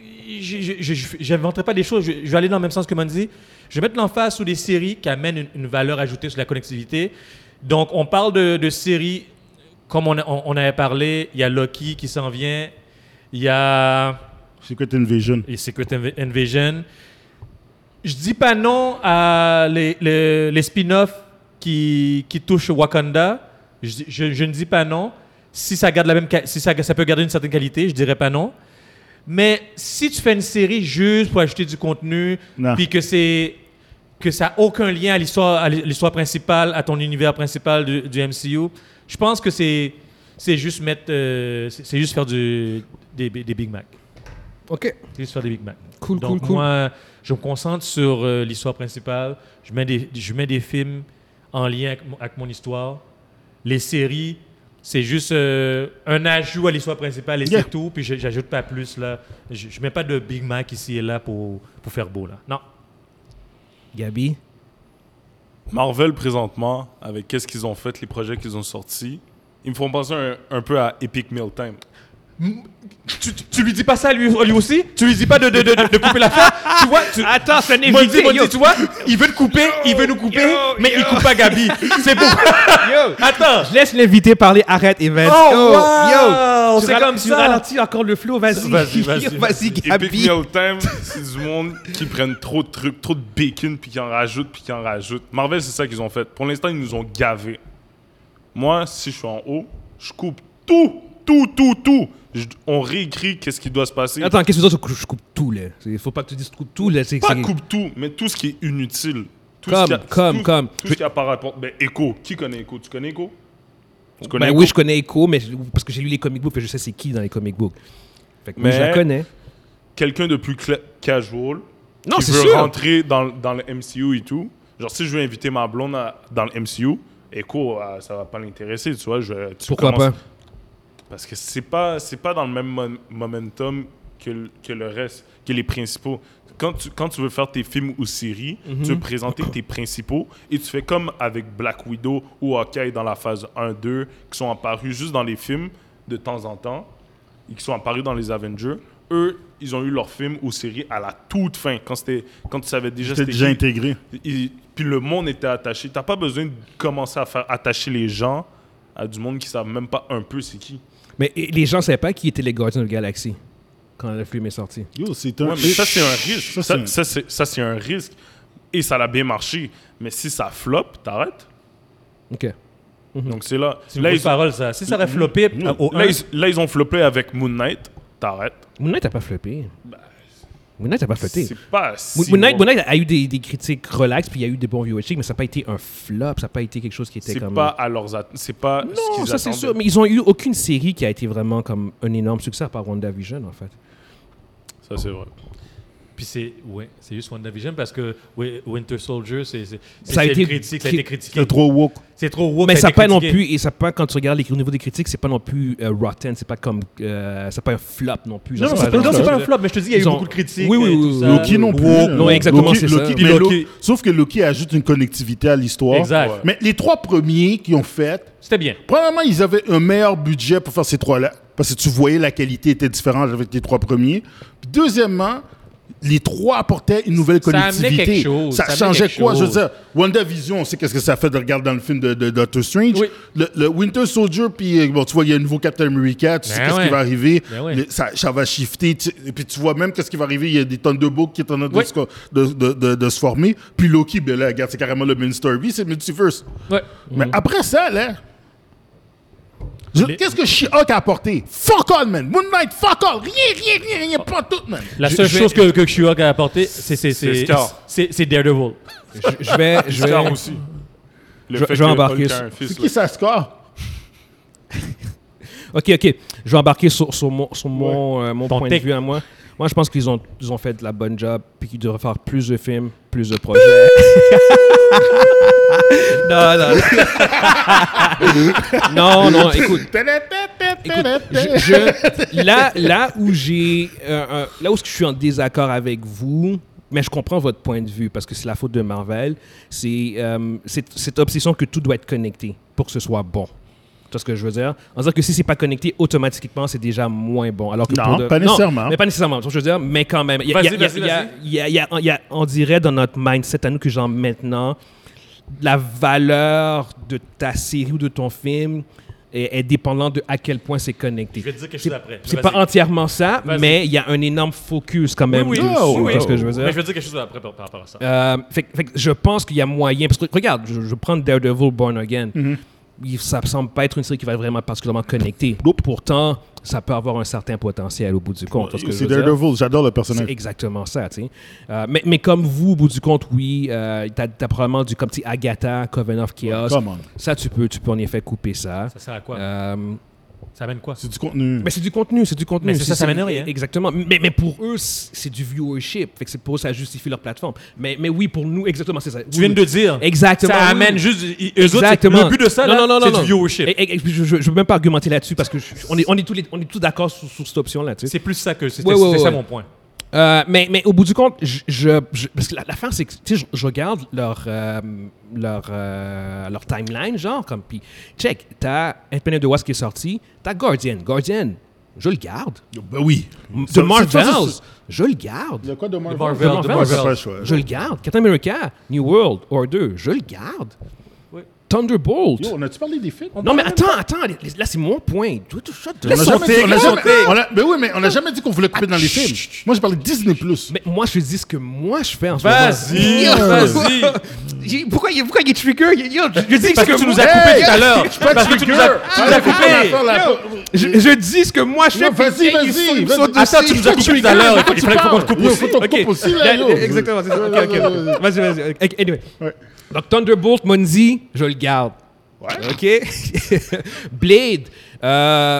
Je n'inventerai pas des choses. Je, je vais aller dans le même sens que Monzy. Je vais mettre l'emphase sur des séries qui amènent une, une valeur ajoutée sur la connectivité. Donc, on parle de, de séries, comme on, a- on, on avait parlé. Il y a Loki qui s'en vient. Il y a Secret Invasion. et Secret Inv- Invasion. Je dis pas non à les, les, les spin-offs qui, qui touchent Wakanda. Je, dis- je, je ne dis pas non. Si ça garde la même, qua- si ça, ça peut garder une certaine qualité, je dirais pas non. Mais si tu fais une série juste pour ajouter du contenu, Non. puis que c'est que ça n'a aucun lien à l'histoire, à l'histoire principale, à ton univers principal du, du M C U, je pense que c'est c'est juste mettre, euh, c'est c'est juste faire du, des, des Big Mac. OK. C'est juste faire des Big Mac. cool, Donc, cool, cool. moi, je me concentre sur euh, l'histoire principale. Je mets, des, je mets des films en lien avec mon, avec mon histoire. Les séries, c'est juste euh, un ajout à l'histoire principale et Yeah. c'est tout. Puis je- j'ajoute pas plus, là. Je, je mets pas de Big Mac ici et là pour, pour faire beau, là. Non. Gabi? Marvel, présentement, avec qu'est-ce qu'ils ont fait, les projets qu'ils ont sortis, ils me font penser un, un peu à Epic Meal Time. Tu, tu, tu lui dis pas ça lui, lui aussi? Tu lui dis pas de, de, de, de couper l'affaire? Tu vois? Tu, Attends, c'est un Mondi, invité, Mondi, yo. tu vois? Il veut te couper, il veut nous couper, yo, mais yo. il coupe pas Gabi. C'est pour... Yo! Attends! Je laisse l'invité parler, arrête, Evans. Oh, Yo, wow! yo! C'est Tu ral- comme tu ça. ralentis encore le flow, vas-y. Vas-y, vas-y. Yo, vas-y, Epic Gabi. Meal Time, c'est du monde qui prennent trop de trucs, trop de bacon, puis qui en rajoutent, puis qui en rajoutent. Marvel, c'est ça qu'ils ont fait. Pour l'instant, ils nous ont gavés. Moi, si je suis en haut, je coupe tout, tout, tout, tout. Je- on réécrit qu'est-ce qui doit se passer. Attends, qu'est-ce que tu veux dire? Je coupe tout, là. Il faut pas que tu dises coupe tout, là. C'est, Pas c'est- coupe tout, mais tout ce qui est inutile. Tout Comme, ce qui a, comme, tout, comme. Tout ce qui a par rapport. Ben, Echo. Qui connaît Echo? Tu connais Echo? Tu connais Ben Echo? oui, je connais Echo, mais je- parce que j'ai lu les comic books, et je sais c'est qui dans les comic books. Fait que moi, je la Mais- connais. Quelqu'un de plus cla- casual. Non, qui c'est veut sûr. rentrer dans, dans le M C U et tout. Genre, si je veux inviter ma blonde à- dans le M C U, Echo, euh, ça va pas l'intéresser, tu vois. Je, vais- tu Pourquoi commences- pas? Parce que c'est pas, c'est pas dans le même mon- momentum que, le- que le reste, que les principaux. Quand tu, quand tu veux faire tes films ou séries, Mhm. tu veux présenter tes principaux et tu fais comme avec Black Widow ou Hawkeye dans la phase un deux, qui sont apparus juste dans les films de temps en temps et qui sont apparus dans les Avengers. Eux, ils ont eu leur film ou série à la toute fin, quand, c'était, quand tu savais déjà C'était c'était déjà qui. intégré. Et- puis le monde était attaché. T'as pas besoin de commencer à faire attacher les gens à du monde qui savent même pas un peu c'est qui. Mais et, les gens ne savaient pas qui étaient les Guardians of the Galaxy quand le film est sorti. Yo, c'est un... Ouais, mais ça, c'est un risque. Ça, Ça, c'est un- ça, c'est, ça, c'est un risque. Et ça a bien marché. Mais si ça flop, t'arrêtes. OK. Donc c'est là. C'est une Là grosse ils, parole, ça. Si ça aurait floppé Mmh. euh, au là, un, ils, là, ils ont floppé avec Moon Knight. T'arrêtes. Moon Knight n'a pas floppé. Moon Knight n'a pas flotté. C'est pas si Moon Knight, bon. Moon Knight a eu des, des critiques relax, puis il y a eu des bons viewership, mais ça n'a pas été un flop, ça n'a pas été quelque chose qui était C'est comme... pas à leurs at- C'est pas ce Non, qu'ils ça c'est attendaient. sûr, mais ils ont eu aucune série qui a été vraiment comme un énorme succès à part WandaVision, en fait. Ça, c'est vrai. puis c'est ouais, c'est juste WandaVision parce que ouais, Winter Soldier, c'est c'est c'est- Ça a c'est été critique, ça a été critiqué. C'est trop woke. C'est trop woke. Mais ça a n'a été pas non critiqué. plus, et ça pas, quand tu regardes les, au niveau des critiques, c'est pas non plus euh, rotten, c'est pas comme, euh, c'est pas un flop non plus. Non, non, Genre, c'est ça, pas, non, genre, c'est pas ça- un flop, mais je te dis, il y a eu Ils ont- beaucoup de critiques. Oui, oui, et oui, tout oui. ça. Loki non plus. Woke, Non, exactement, Loki- c'est ça. Loki- Puis mais Loki- Lo- Sauf que Loki ajoute une connectivité à l'histoire. Exact. Ouais. Mais les trois premiers qui ont fait, C'était bien. premièrement, ils avaient un meilleur budget pour faire ces trois-là. Parce que tu voyais la qualité était différente avec les trois premiers. Puis deuxièmement, les trois apportaient une nouvelle Ça amenait connectivité. quelque chose, Ça, ça amenait changeait quelque quoi? Je veux chose. dire, WandaVision, on sait qu'est-ce que ça fait de regarder dans le film de, de Doctor Strange. Oui. Le, le Winter Soldier, puis euh, bon, tu vois, il y a un nouveau Captain America, tu sais Ben qu'est-ce ouais. qui va arriver. Ben ouais. Le- ça, ça va shifter. tu- Et puis tu vois même qu'est-ce qui va arriver. Il y a des Thunderbolts qui sont en train de, Oui. se, de, de, de- de se former. Puis Loki, ben là, regarde, c'est carrément le main story, c'est le multiverse. Ouais. Mais après ça, là. je- Les- Qu'est-ce que She-Hulk a apporté? Fuck all, man! Moon Knight, fuck all! Rien, rien, rien, rien, pas tout, man! La Je- seule je vais- chose que, que She-Hulk a apporté, c'est c'est C'est c'est Scar. c'est c'est Daredevil. Je, je vais, je vais, Scar aussi. Le je- fait je vais que embarquer Hulk a sur- un fils, C'est là. qui ça score? ok, ok, je vais embarquer sur, sur mon, sur mon, euh, mon Ton point take. de vue à moi. Moi, je pense qu'ils ont, ils ont fait de la bonne job, puis qu'ils devraient faire plus de films, plus de projets. non, non. non, non, écoute. Écoute, je, je- là, là où j'ai, euh, un- là où je suis en désaccord avec vous, mais je comprends votre point de vue parce que c'est la faute de Marvel, c'est euh, cette, cette obsession que tout doit être connecté pour que ce soit bon. Tu vois ce que je veux dire? En disant que si c'est pas connecté, automatiquement, c'est déjà moins bon. Alors que Non, pour de- pas nécessairement. Non, mais pas nécessairement. Tu vois ce que je veux dire? Mais quand même. Il y a- il y a- Vas-y, il y a- vas-y, il y a- vas-y. il y a- il y a- il y a- on dirait dans notre mindset à nous que genre maintenant, la valeur de ta série ou de ton film est, est dépendante de à quel point c'est connecté. Je vais te dire quelque C'est- chose après. C'est Vas-y. pas entièrement ça, Vas-y. mais il y a un énorme focus quand même Oui, oui. dessus. Oh, Tu oui, vois ce que oui. je veux dire? Mais je vais te dire quelque chose après par, par rapport à ça. Euh, fait, que- fait que je pense qu'il y a moyen. Parce que regarde, je, je prends Daredevil Born Again. Il- ça semble pas être une série qui va être vraiment particulièrement connectée. Pourtant, ça peut avoir un certain potentiel au bout du compte. Tu vois ce que je C'est veux dire? Daredevil, j'adore le C'est personnage. exactement ça, tu sais. Euh, mais, mais comme vous, au bout du compte, oui, euh, t'as, t'as probablement du comme tu sais, Agatha, Coven of Chaos. Come on. Ça, tu peux, tu peux en effet couper ça. Ça sert à quoi? Euh, Ça amène quoi? C'est du contenu. Mais c'est du contenu, c'est du contenu. Mais c'est ça, ça mène rien. Exactement. Mais, mais pour eux, c'est du viewership. Fait que c'est pour eux, ça justifie leur plateforme. Mais, mais oui, pour nous, exactement, c'est ça. Tu viens de dire. Exactement. Ça oui. amène juste. Eux Exactement. autres, le but de ça, non, là, non, non, c'est non, du non. viewership. Et, et, et, je ne veux même pas argumenter là-dessus parce que je, on, est, on, est tous les, on est tous d'accord sur, sur cette option-là. Tu sais. C'est plus ça que c'était Ouais, ouais, c'était ça ouais. mon point. Euh, mais, mais au bout du compte, je, je, je- parce que la, la fin, c'est que tu sais, je, je regarde leur, euh, leur, euh, leur timeline, genre, comme, puis check, t'as Independent de West qui est sorti, t'as Guardian. Guardian, je le garde. Ben oui. The Ça- Marvels, c'est- ça, c'est- je le garde. Il y a quoi de Marvel? Marvel, The de Marvels. J'ai pas le Marvel. choix. Je le garde. Captain America, New World Order, je le garde. Oui. Thunderbolt. Yo, on a-tu parlé des films? Non, mais attends, attends, là, c'est mon point. Toi, tu- shut- On a laisse jamais sauter, dit- on a laisse jamais- sauter. on a- Ben oui, mais on n'a jamais dit qu'on voulait couper dans les films. Moi, je parlais de Disney plus. Mais moi, je dis ce que moi, je fais en ce moment. Vas-y, Yo. vas-y. J'ai- Pourquoi il pourquoi il est trigger? Yo, je, je dis ce Parce que que tu nous moi- as coupé Hey! tout à l'heure. Parce que tu nous as tu nous as coupé. Je, je dis ce que moi je fais. Non, vas-y, puis, hey, vas-y, il saute- il vas-y. saute Attends, dessus. tu nous as coupé tout à l'heure. Il fallait qu'on te coupe Yo, aussi. faut qu'on te coupe aussi, là, yo. Exactement, c'est ça. Ok, ok. ok. Vas-y, vas-y. Ok, anyway. Ouais. Donc, Thunderbolt, Monzi, je le garde. Ouais. OK? Blade. Euh...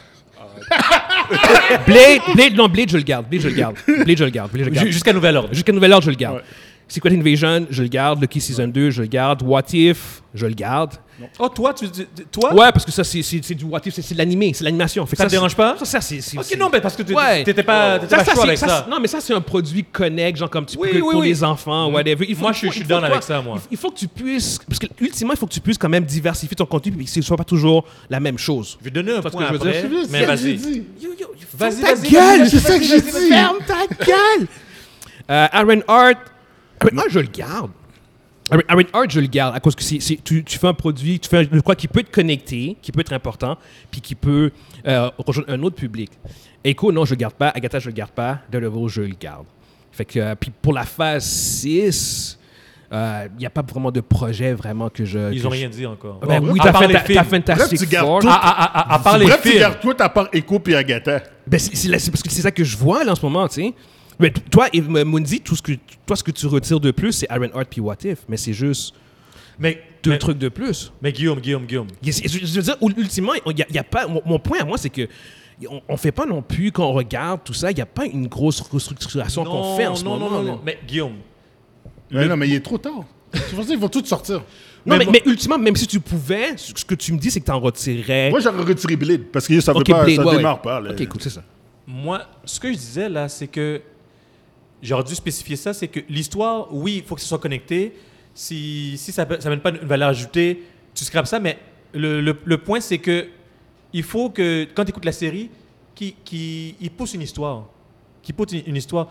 Blade, Blade, non, Blade, je le garde. Blade, je le garde. Blade, je le garde. Blade, je le garde. Jusqu'à nouvel ordre. Jusqu'à nouvel ordre, je le garde. Ouais. Secret Invasion, je le garde. Lucky Season deux, je le garde. What If, je le garde. Oh, toi, tu, tu- toi, Ouais, parce que ça, c'est c'est- c'est du What If, c'est c'est de l'animé, c'est de l'animation. Fait que ça te c'est- dérange pas? Ça, ça c'est. c'est- Ok, c'est- non, mais parce que tu Ouais. t'étais pas, t'étais Ça, pas ça, chaud c'est- avec ça, ça. c'est- Non, mais ça, c'est un produit connect, genre comme tu Oui, peux oui, pour oui. les enfants, whatever. Il faut- Moi, il je faut- suis il faut down que avec toi- ça, moi. Il il faut que tu puisses. Parce que, ultimement, il faut que tu puisses quand même diversifier ton contenu et que ce ne soit pas toujours la même chose. Je vais donner un Tu vois ce point que je veux après, dire? C'est mais ça que j'ai vas-y. dit. Yo, yo, Vas-y, ferme ta vas-y, gueule! vas-y, c'est ça que j'ai dit. Ferme ta gueule! Euh, Aaron Hart. Aaron Hart, je le garde. Aaron Aaron Hart, je le garde à cause que c'est, c'est- tu, tu fais un produit, tu fais un, quoi qui peut te connecter, qui peut être important, puis qui peut euh, rejoindre un autre public. Echo, non, je le garde pas. Agatha, je le garde pas. Daredevil, je le garde. Fait que, euh, puis pour la phase six, il n'y a pas vraiment de projet vraiment que je. Ils que ont je- rien dit encore. Ben Bon, oui, à t'as, part fait, les t'as, films. t'as Fantastic Bref, tu gardes Four. tout. À, à, à, à part les Bref, tu films. gardes tout à part Echo puis Agatha. Ben, c'est, c'est, là, c'est parce que c'est ça que je vois là en ce moment, tu sais. Mais t- toi, et M- Mundi, tout ce que, toi, ce que tu retires de plus, c'est Aaron Hart puis What If. Mais c'est juste Mais, deux mais, trucs de plus. mais Guillaume, Guillaume, Guillaume. Je je veux dire, ultimement, il y a, il y a pas, mon, mon point à moi, c'est que on, on fait pas non plus, quand on regarde tout ça, il n'y a pas une grosse restructuration qu'on fait en ce non, moment. non, non, là. non. Mais Guillaume, Mais non, mais il est trop tard. Tu vas dire, ils vont tous sortir. Non, Mais mais, moi- mais ultimement, même si tu pouvais, ce ce que tu me dis, c'est que tu en retirerais. Moi, j'aurais retiré Blade parce que ça veut Ok, pas, Blade, ça ouais, démarre ouais. pas. là. Ok, cool, c'est ça. moi, ce que je disais là, c'est que j'aurais dû spécifier ça, c'est que l'histoire, oui, il faut que ce soit connecté. Si, si ça n'amène pas une valeur ajoutée, tu scrapes ça, mais le, le, le point, c'est que il faut que, quand tu écoutes la série, qu'il qui, il pousse une histoire. Qu'il pousse une, une histoire.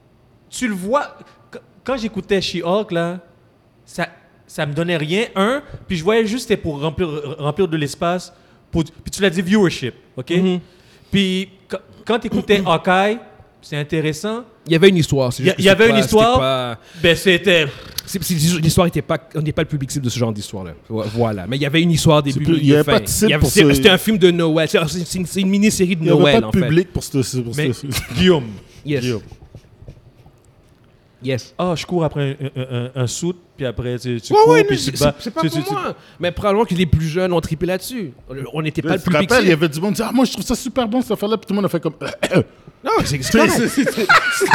Tu le vois, qu- quand j'écoutais She-Hulk, là, ça ça me donnait rien, un, puis je voyais juste c'était pour remplir, remplir de l'espace. Pour, puis tu l'as dit, viewership, OK? Mhm. Puis qu- quand tu écoutais Hawkeye, c'est intéressant. Il y avait une histoire. c'est Il y a- juste que il y avait c'est une pas- histoire. c'était pas- Ben, c'était. c'est- c'est- L'histoire n'était pas. On n'est pas le public cible de ce genre d'histoire-là. Vo- Voilà. Mais il y avait une histoire début, plus- il y milieu, avait fin. pas de cible Il y avait- pour c'est- ce- C'était un film de Noël. C'est c'est une, c'est une mini-série de Il n'y avait Noël, pas en de fait. public pour ce. Pour Mais ce- Guillaume. Yes. Guillaume. Yes. Ah, je cours après un, un, un, un suit, puis après tu, tu Ouais, cours, ouais, puis non, tu te c'est bats. c'est pas Tu- pour tu- tu- moi. Mais probablement que les plus jeunes ont trippé là-dessus. On n'était pas Tu le te public rappelles, il y cible. avait du monde qui disait, ah, moi, je trouve ça super bon, cette affaire-là. Puis tout le monde a fait comme. Non, c'est c'est correct.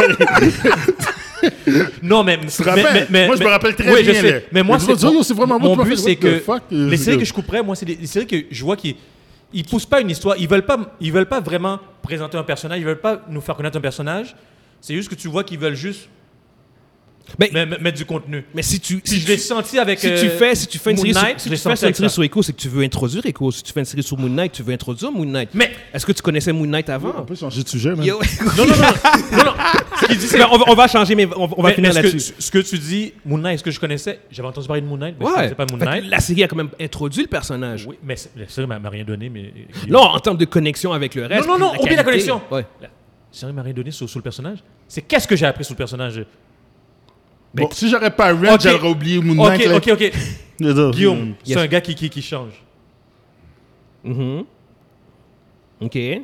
Non, mais. te rappelles? Moi, je me rappelle très oui, bien, Je sais. là. Mais moi, Il y a du monde qui dit, oh, c'est vraiment bon, mon tu m'as but, fait, c'est what the que fuck? les séries que je couperais, moi, c'est des, des séries que je vois qui. Ils poussent pas une histoire. Ils veulent pas, ils veulent pas vraiment présenter un personnage. Ils veulent pas nous faire connaître un personnage. C'est juste que tu vois qu'ils veulent juste Mais, me- me- mettre du contenu. mais si tu. Puis Si je l'ai tu senti avec. si tu euh, fais, si tu fais une Moon série, Knight, sur, si je l'ai tu fais senti une avec série ça. sur Echo, c'est que tu veux introduire Echo. Si tu fais une série sur Moon Knight, tu veux introduire Moon Knight. Mais Est-ce que tu connaissais Moon Knight On avant? peut changer de sujet, man. Yo. non, non, non, non, non. Ce qu'il dit, c'est Mais on, va, on va changer, mais on, va- on va Mais- finir mais ce là-dessus. que, ce que tu dis, Moon Knight, est-ce que je connaissais? J'avais entendu parler de Moon Knight, mais je Ouais. connaissais pas Moon Fait que Knight. la série a quand même introduit le personnage. Oui, mais c'est- la série m'a m'a rien donné. Mais, Non, en termes de connexion avec le reste. Non, non, non, puis oublie la qualité. connexion. Ouais. La série m'a rien donné sur, sur le personnage. C'est qu'est-ce que j'ai appris sur le personnage? Bon, si j'aurais pas Red, Ok. j'aurais oublié Moon Ok, Knight. là. ok, ok. Je veux dire, Guillaume, c'est Yes. un gars qui, qui, qui change. Mhm. OK.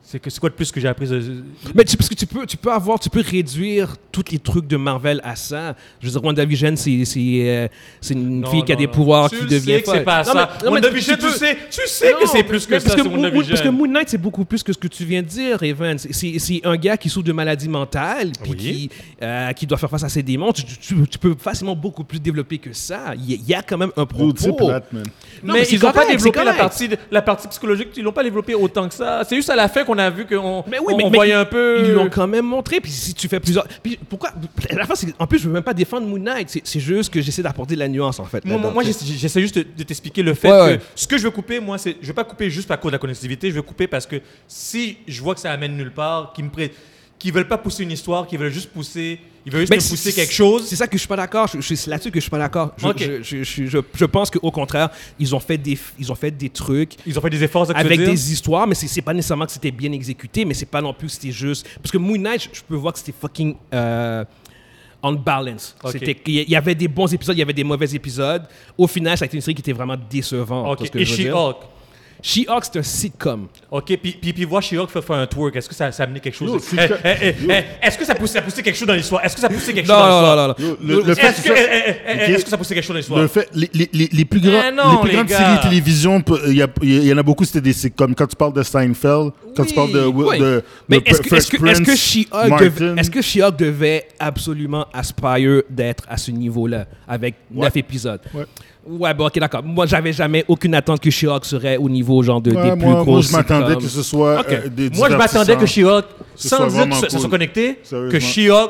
C'est que c'est quoi de plus que j'ai appris? de- Mais tu, parce que tu peux, tu peux avoir, tu peux réduire tous les trucs de Marvel à ça. Je veux dire, WandaVision, c'est, c'est, euh, c'est une Non, fille qui a non, des non. pouvoirs Tu qui le devient sais que c'est folle. pas Non, ça. mais- non, mais WandaVision, tu tu peux- sais, tu sais que Non, c'est plus que mais ça parce sur Moon- WandaVision. Parce que Moon Knight, c'est beaucoup plus que ce que tu viens de dire, Evan. C'est, c'est, c'est un gars qui souffre de maladie mentale, puis Oui. qui, euh, qui doit faire face à ses démons. Tu, tu- tu peux facilement beaucoup plus développer que ça. Il y a, il y a quand même un propos. Dude, c'est plate, man. Non, mais, mais c'est ils n'ont pas correct, développé c'est la correct. partie, de- la partie psychologique, ils l'ont pas développé autant que ça. C'est juste à la fin qu'on a vu qu'on Mais oui, on, mais, on mais voyait un peu. Ils l'ont quand même montré. Puis si tu fais plusieurs. Puis pourquoi. À la fin, c'est- en plus, je veux même pas défendre Moon Knight. C'est, c'est juste que j'essaie d'apporter de la nuance, en fait. Moi, moi, là-dedans. moi, j'essa- j'essaie juste de, de t'expliquer le fait Ouais, que ouais. ce que je veux couper, moi, c'est je veux pas couper juste à cause de la connectivité. Je veux couper parce que si je vois que ça amène nulle part, qu'ils me pré... qu'ils veulent pas pousser une histoire, qu'ils veulent juste pousser, ils veulent juste Mais me pousser c'est- quelque chose. C'est ça que je suis pas d'accord. Je, je- c'est là-dessus que je suis pas d'accord. Je, Ok. je, je, je, je- je pense qu'au contraire, ils ont fait des, ils ont fait des trucs Ils ont fait des efforts, ça que tu veux avec dire? des histoires, mais c'est, c'est pas nécessairement que c'était bien exécuté, mais c'est pas non plus que c'était juste. Parce que Moon Knight, je, je peux voir que c'était fucking euh, on balance. Ok. C'était, il y avait des bons épisodes, il y avait des mauvais épisodes. Au final, ça a été une série qui était vraiment décevante. Ok. c'est ce que Et je veux dire. She-Hulk. She-Hulk, c'est un sitcom. Ok, puis, puis, puis voir She-Hulk faire, faire un twerk, est-ce que ça, ça a amené quelque chose? Yo, de- c'est Eh, que- eh, eh, yo. eh, Est-ce que ça a poussé, ça a poussé quelque chose dans l'histoire? Est-ce que ça a poussé quelque chose Non, dans non, l'histoire? non, non, non. Le, le fait Est-ce que, que eh, ça- eh, eh, eh, Ok. est-ce que ça a poussé quelque chose dans l'histoire? Le fait, les, les, les, les plus, grands, Eh non, les plus les grandes gars. séries télévision, peu- il y, a- il y en a beaucoup, c'était des sitcoms. Quand tu parles de Seinfeld, quand tu parles de, Oui. de, Mais de est-ce que, Fresh est-ce que, est-ce que Prince, She-Hulk Martin. devait, est-ce que She-Hulk devait absolument aspire d'être à ce niveau-là avec Ouais. neuf épisodes? Ouais. Ouais, bon, ok, d'accord. Moi, j'avais jamais aucune attente que She-Hulk serait au niveau genre de, Ouais, des plus moi, moi, grosses je m'attendais sitcoms. que ce soit Ok. euh, des Moi, je m'attendais que divertissants. She-Hulk, Ce sans soit dire vraiment que ça, ça cool. soit connecté, que Sérieusement. She-Hulk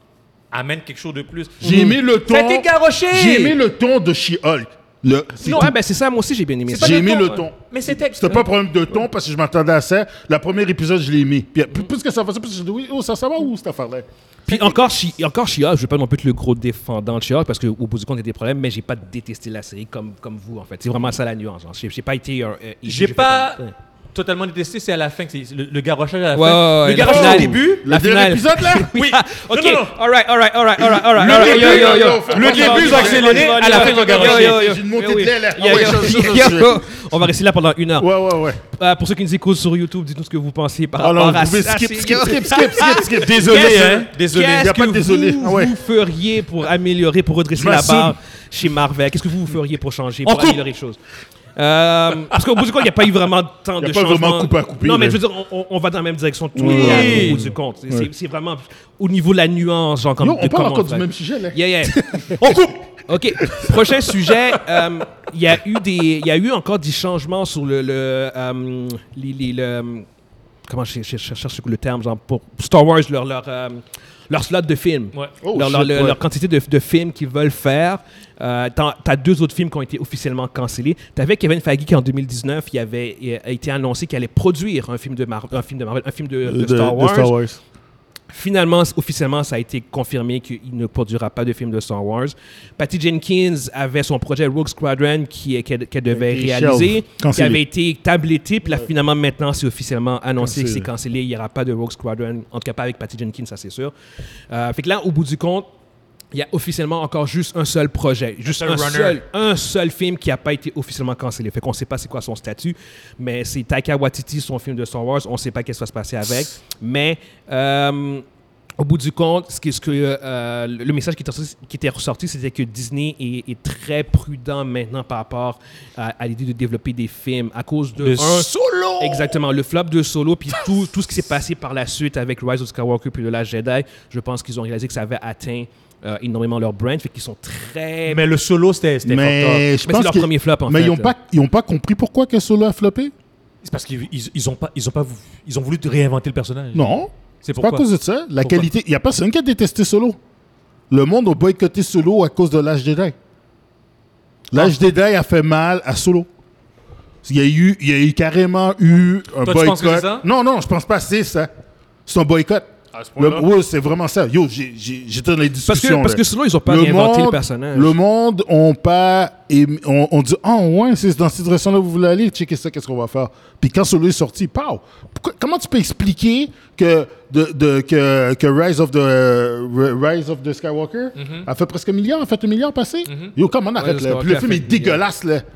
amène quelque chose de plus. J'ai aimé le ton. Ça a été garoché! J'ai aimé le ton de She-Hulk. Le, c'est Non, tout. ouais, ben c'est ça, moi aussi j'ai bien aimé C'est ça. pas J'ai le aimé ton, le hein. ton. Mais c'était. C'était pas un problème de ton parce que je m'attendais à ça. Le premier épisode, je l'ai aimé. Puis plus, plus que ça faisait, plus je dis oui, oh, ça, ça va où cette affaire-là? Puis encore, She- encore She-Hulk, je vais pas non plus être le gros défendant de She-Hulk parce qu'au bout du compte, il y a des problèmes, mais j'ai pas détesté la série comme, comme vous en fait. C'est vraiment ça la nuance. Genre. J'ai, j'ai pas été. euh, euh, J'ai fait pas comme- totalement détesté, c'est à la fin que c'est le, le garochage à la Ouais, fin. ouais, ouais, le la garochage finale. au début. La Le dernier finale. épisode, là? Oui. Ok. Non, non, non. All right, all right, all right, all right, all right. Le all right. début, Yo, yo, yo. Le On y va, début, on y ils va, ont accéléré, on y va, à la on y fin, ils ont va. garoché. Yo, yo, yo. J'ai une montée Oui, oui. de lait, là. Yo, Ah ouais, yo, chose, chose, yo, chose. yo. On va rester là pendant une heure. Ouais, ouais, ouais. Euh, pour ceux qui nous écoutent sur YouTube, dites-nous ce que vous pensez par Alors, rapport à vous pouvez ça. skip, C'est- skip, skip, skip, skip, skip. Désolé, Qu'est-ce- hein. Désolé. Qu'est-ce Y a pas de que désolé. vous, Ah ouais. vous feriez pour améliorer, pour redresser Je la m'assume. barre chez Marvel? Qu'est-ce que vous, vous feriez pour changer, On pour coupe. améliorer les choses? Euh, parce qu'au bout du compte, il n'y a pas eu vraiment tant Y a de pas changements. vraiment coupe à couper, Non, mais là. je veux dire, on, on- on va dans la même direction tous Oui. les quatre, au bout du compte. C'est, c'est- c'est vraiment au niveau de la nuance, genre comme Yo, de on parle comment encore faire. du même sujet, là. Yeah, yeah. On coupe! OK. Prochain sujet. euh, Il y a eu des, il y a eu encore des changements sur le, le, euh, les, les- le- comment je, je- je cherche le terme, genre pour Star Wars, leur, leur, euh, leur slot de films. Ouais. Oh, leur, leur- shit, leur- ouais. leur quantité de, de films qu'ils veulent faire. Euh, t'as, t'as deux autres films qui ont été officiellement cancellés. T'avais Kevin Feige qui, en deux mille dix-neuf, il avait il a été annoncé qu'il allait produire un film de, Mar- un film de Marvel, un film de, de De- Star de Wars. Star Wars. Finalement, officiellement, ça a été confirmé qu'il ne produira pas de film de Star Wars. Patty Jenkins avait son projet Rogue Squadron qui- qu'elle qu'elle devait Qui a été réaliser, shelved, qui cancellé. avait été tabletté, puis là, finalement, maintenant, c'est officiellement annoncé que Cancellé. c'est cancellé. Il n'y aura pas de Rogue Squadron, en tout cas pas avec Patty Jenkins, ça c'est sûr. Euh, fait que là, au bout du compte, il y a officiellement encore juste un seul projet, juste seul un runner. seul, un seul film qui n'a pas été officiellement cancellé. Fait qu'on ne sait pas c'est quoi son statut, mais c'est Taika Waititi, son film de Star Wars. On ne sait pas qu'est-ce qui va se passer avec. Mais euh, au bout du compte, ce, qui, ce que, euh, le message qui était ressorti, qui était ressorti, c'était que Disney est, est très prudent maintenant par rapport à, à l'idée de développer des films à cause de Le un, Solo! Exactement, le flop de Solo, puis tout, tout ce qui s'est passé par la suite avec Rise of Skywalker puis The Last Jedi. Je pense qu'ils ont réalisé que ça avait atteint euh, énormément leur brand, fait qu'ils sont très... Mais le Solo, c'était c'était fucked up. Mais je Mais c'est pense leur que- premier flop, en Mais fait. ils n'ont pas, ils ont pas compris pourquoi que Solo a floppé? C'est parce qu'ils ils, ils ont pas, ils ont pas, vou- ils ont voulu réinventer le personnage. Non. C'est C'est pas à pourquoi. cause de ça. La Pourquoi? qualité. Il n'y a personne qui a détesté Solo. Le monde a boycotté Solo à cause de l'âge Jedi. L'âge Jedi a fait mal à Solo. Il y a eu, il y a eu carrément eu un Toi, tu boycott. penses que c'est ça? Non, non, je pense pas que c'est ça. C'est un boycott. À ce Le, point-là. ouais, c'est vraiment ça. Yo, j'ai- j'ai- j'étais dans les Parce que, discussions. parce là. que Solo, ils n'ont pas Le réinventé le monde- personnage. Le monde on pas aimé- on, on dit ah ouais c'est dans cette direction là que vous voulez aller, checker ça, qu'est-ce qu'on va faire. Puis quand Solo est sorti, pow, pourquoi- comment tu peux expliquer que de, de- que, que Rise of the euh, Rise of the Skywalker a fait presque un milliard, a fait un milliard passé. Yo, comment on arrête of là. Skywalker Puis le a film fait est un milliard. dégueulasse là.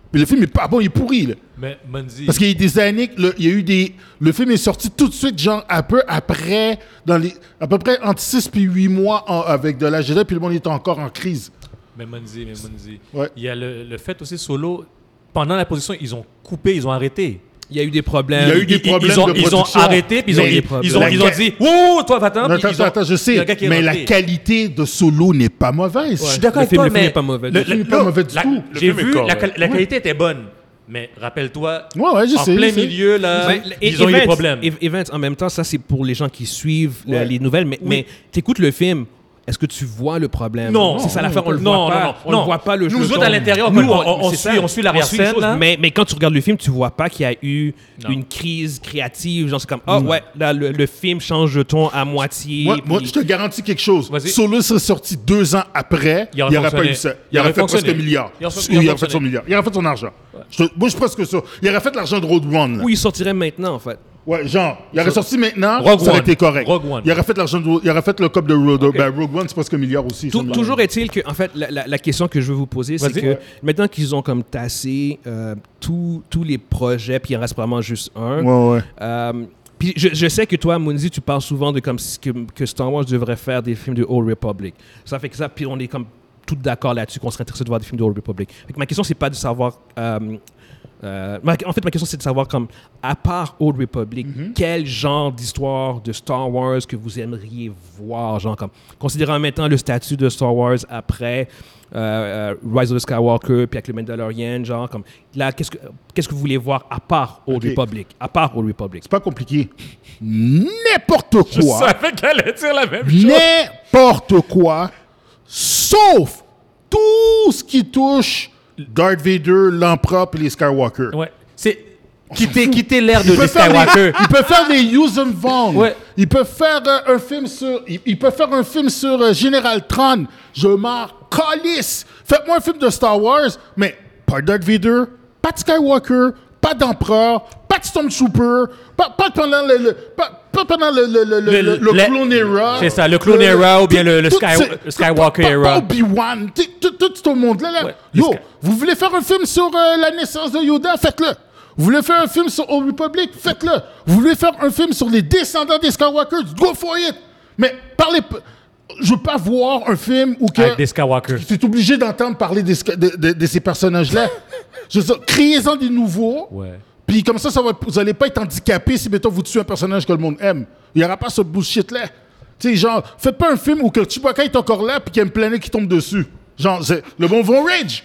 Puis le film est pas bon, il est pourri, là. Mais Monzi. Parce qu'il y a eu des années, le, il y a eu des... Le film est sorti tout de suite, genre, un peu après, dans les, à peu près entre six et huit mois en- avec de la Jedi, puis le monde est encore en crise. Mais Monzi, mais Monzi. Ouais. Il y a le, le fait aussi, Solo, pendant la position, ils ont coupé, ils ont arrêté. Il y a eu des problèmes. Il y a eu des Ils- problèmes ils, ont, de ils ont production. arrêté, puis ils ont, Mais ils, les ils ont, problèmes- ils ont dit Wouh, toi, va-t'en. Non, puis attends, ils ont- attends, je il y a sais, un gars qui est mais la rentré. qualité de Solo n'est pas mauvaise. Je suis Ouais. d'accord Le avec film- toi, le film mais est pas mauvais. le- Le film le- est pas là, mauvais du la- tout. Le J'ai film est vu, la, correct. la qualité était bonne. Mais rappelle-toi, Ouais, ouais, je en sais. plein je sais. milieu, là, Ouais, ils ont eu des Events- problèmes. Ev- Events, en même temps, ça, c'est pour les gens qui suivent le- Ouais. les nouvelles. Mais, mais tu écoutes le film, est-ce que tu vois le problème? Non. C'est ça l'affaire, on le Non, voit non, pas. non, on non. ne voit pas le Nous jeton. autres, à l'intérieur, Nous, on- on- on c'est suit- ça. on suit l'arrière-scène, les choses. là. Mais, mais quand tu regardes le film, tu vois pas qu'il y a eu Non. une crise créative. Genre, c'est comme, oh ouais, là, le, le film change de ton à moitié. Moi, puis- moi, je te garantis quelque chose. Vas-y. Solo serait sorti deux ans après, Il il aurait n'y aurait pas fonctionné. eu ça. Il Il aurait aurait fait presque fonctionné. un milliard. Il aurait- il Il aurait aurait fait son fonctionné. milliard. Il aurait fait son argent. Je te- Moi, je pense que ça. Il aurait fait l'argent de Road One. là. Où il sortirait maintenant, en fait. Ouais, genre, il aurait Ça- sorti maintenant, Rogue ça aurait One. été correct. Rogue One. Il aurait fait l'argent de, il aurait fait le cop de Road, Ok. ben, Rogue One, c'est presque un milliard aussi. Tou- ça me- toujours est-il que, en fait, la, la- la question que je veux vous poser, c'est Vas-y. que Ouais. maintenant qu'ils ont comme tassé euh, tous tous les projets, puis il en reste vraiment juste un. Ouais, ouais. euh, puis je, je sais que toi, Mounzi, tu parles souvent de comme si- que, que Star Wars devrait faire des films de Old Republic. Ça fait que ça, puis on est comme tout d'accord là-dessus qu'on serait intéressé de voir des films de Old Republic. Fait que ma question, c'est pas de savoir. euh, euh, ma- en fait, ma question, c'est de savoir, comme, à part Old Republic, quel genre d'histoire de Star Wars que vous aimeriez voir, genre, comme, considérant maintenant le statut de Star Wars après euh, euh, Rise of the Skywalker, puis avec le Mandalorian, genre, comme, là, qu'est-ce que, qu'est-ce que vous voulez voir à part Old Ok. Republic? À part Old Republic. C'est pas compliqué. N'importe Je quoi. savais qu'elle allait dire la même chose. N'importe quoi, sauf tout ce qui touche Darth Vader, l'Empereur et les Skywalker. Ouais. C'est quitter, quitter l'ère de Il peut des faire Skywalker. les- il peut faire les Use and Vaughn. Ouais. Il peut faire euh, un film sur. Il, il peut faire un film sur euh, Général Tron. Je m'en calisse. Faites-moi un film de Star Wars, mais pas Darth Vader, pas de Skywalker, pas d'Empereur, pas de Stormtrooper, pas, pas pendant le, le- pas, pas pendant le, le, le, le, Le- le le- Clone Era. C'est ça, le Clone Era ou bien le- le tout- Sky- c'est- le Skywalker pas- pas- Era. Pas Obi-Wan, tout, tout, tout ce monde-là. Là. Ouais, le Yo, Sky- vous voulez faire un film sur euh, la naissance de Yoda, faites-le. Vous voulez faire un film sur Old Republic, faites-le. Vous voulez faire un film sur les descendants des Skywalker, go for it. Mais parlez pas. Je veux pas voir un film où que Avec des Skywalker. tu es obligé d'entendre parler des Ska- de, de- de ces personnages-là. Je veux dire, créez-en des nouveaux. Ouais. Puis comme ça, ça va, vous n'allez pas être handicapé si, mettons, vous tuez un personnage que le monde aime. Il n'y aura pas ce bullshit-là. Tu sais, genre, faites pas un film où que Chewbacca est encore là puis qu'il y a une planète qui tombe dessus. Genre, c'est- le monde va rage.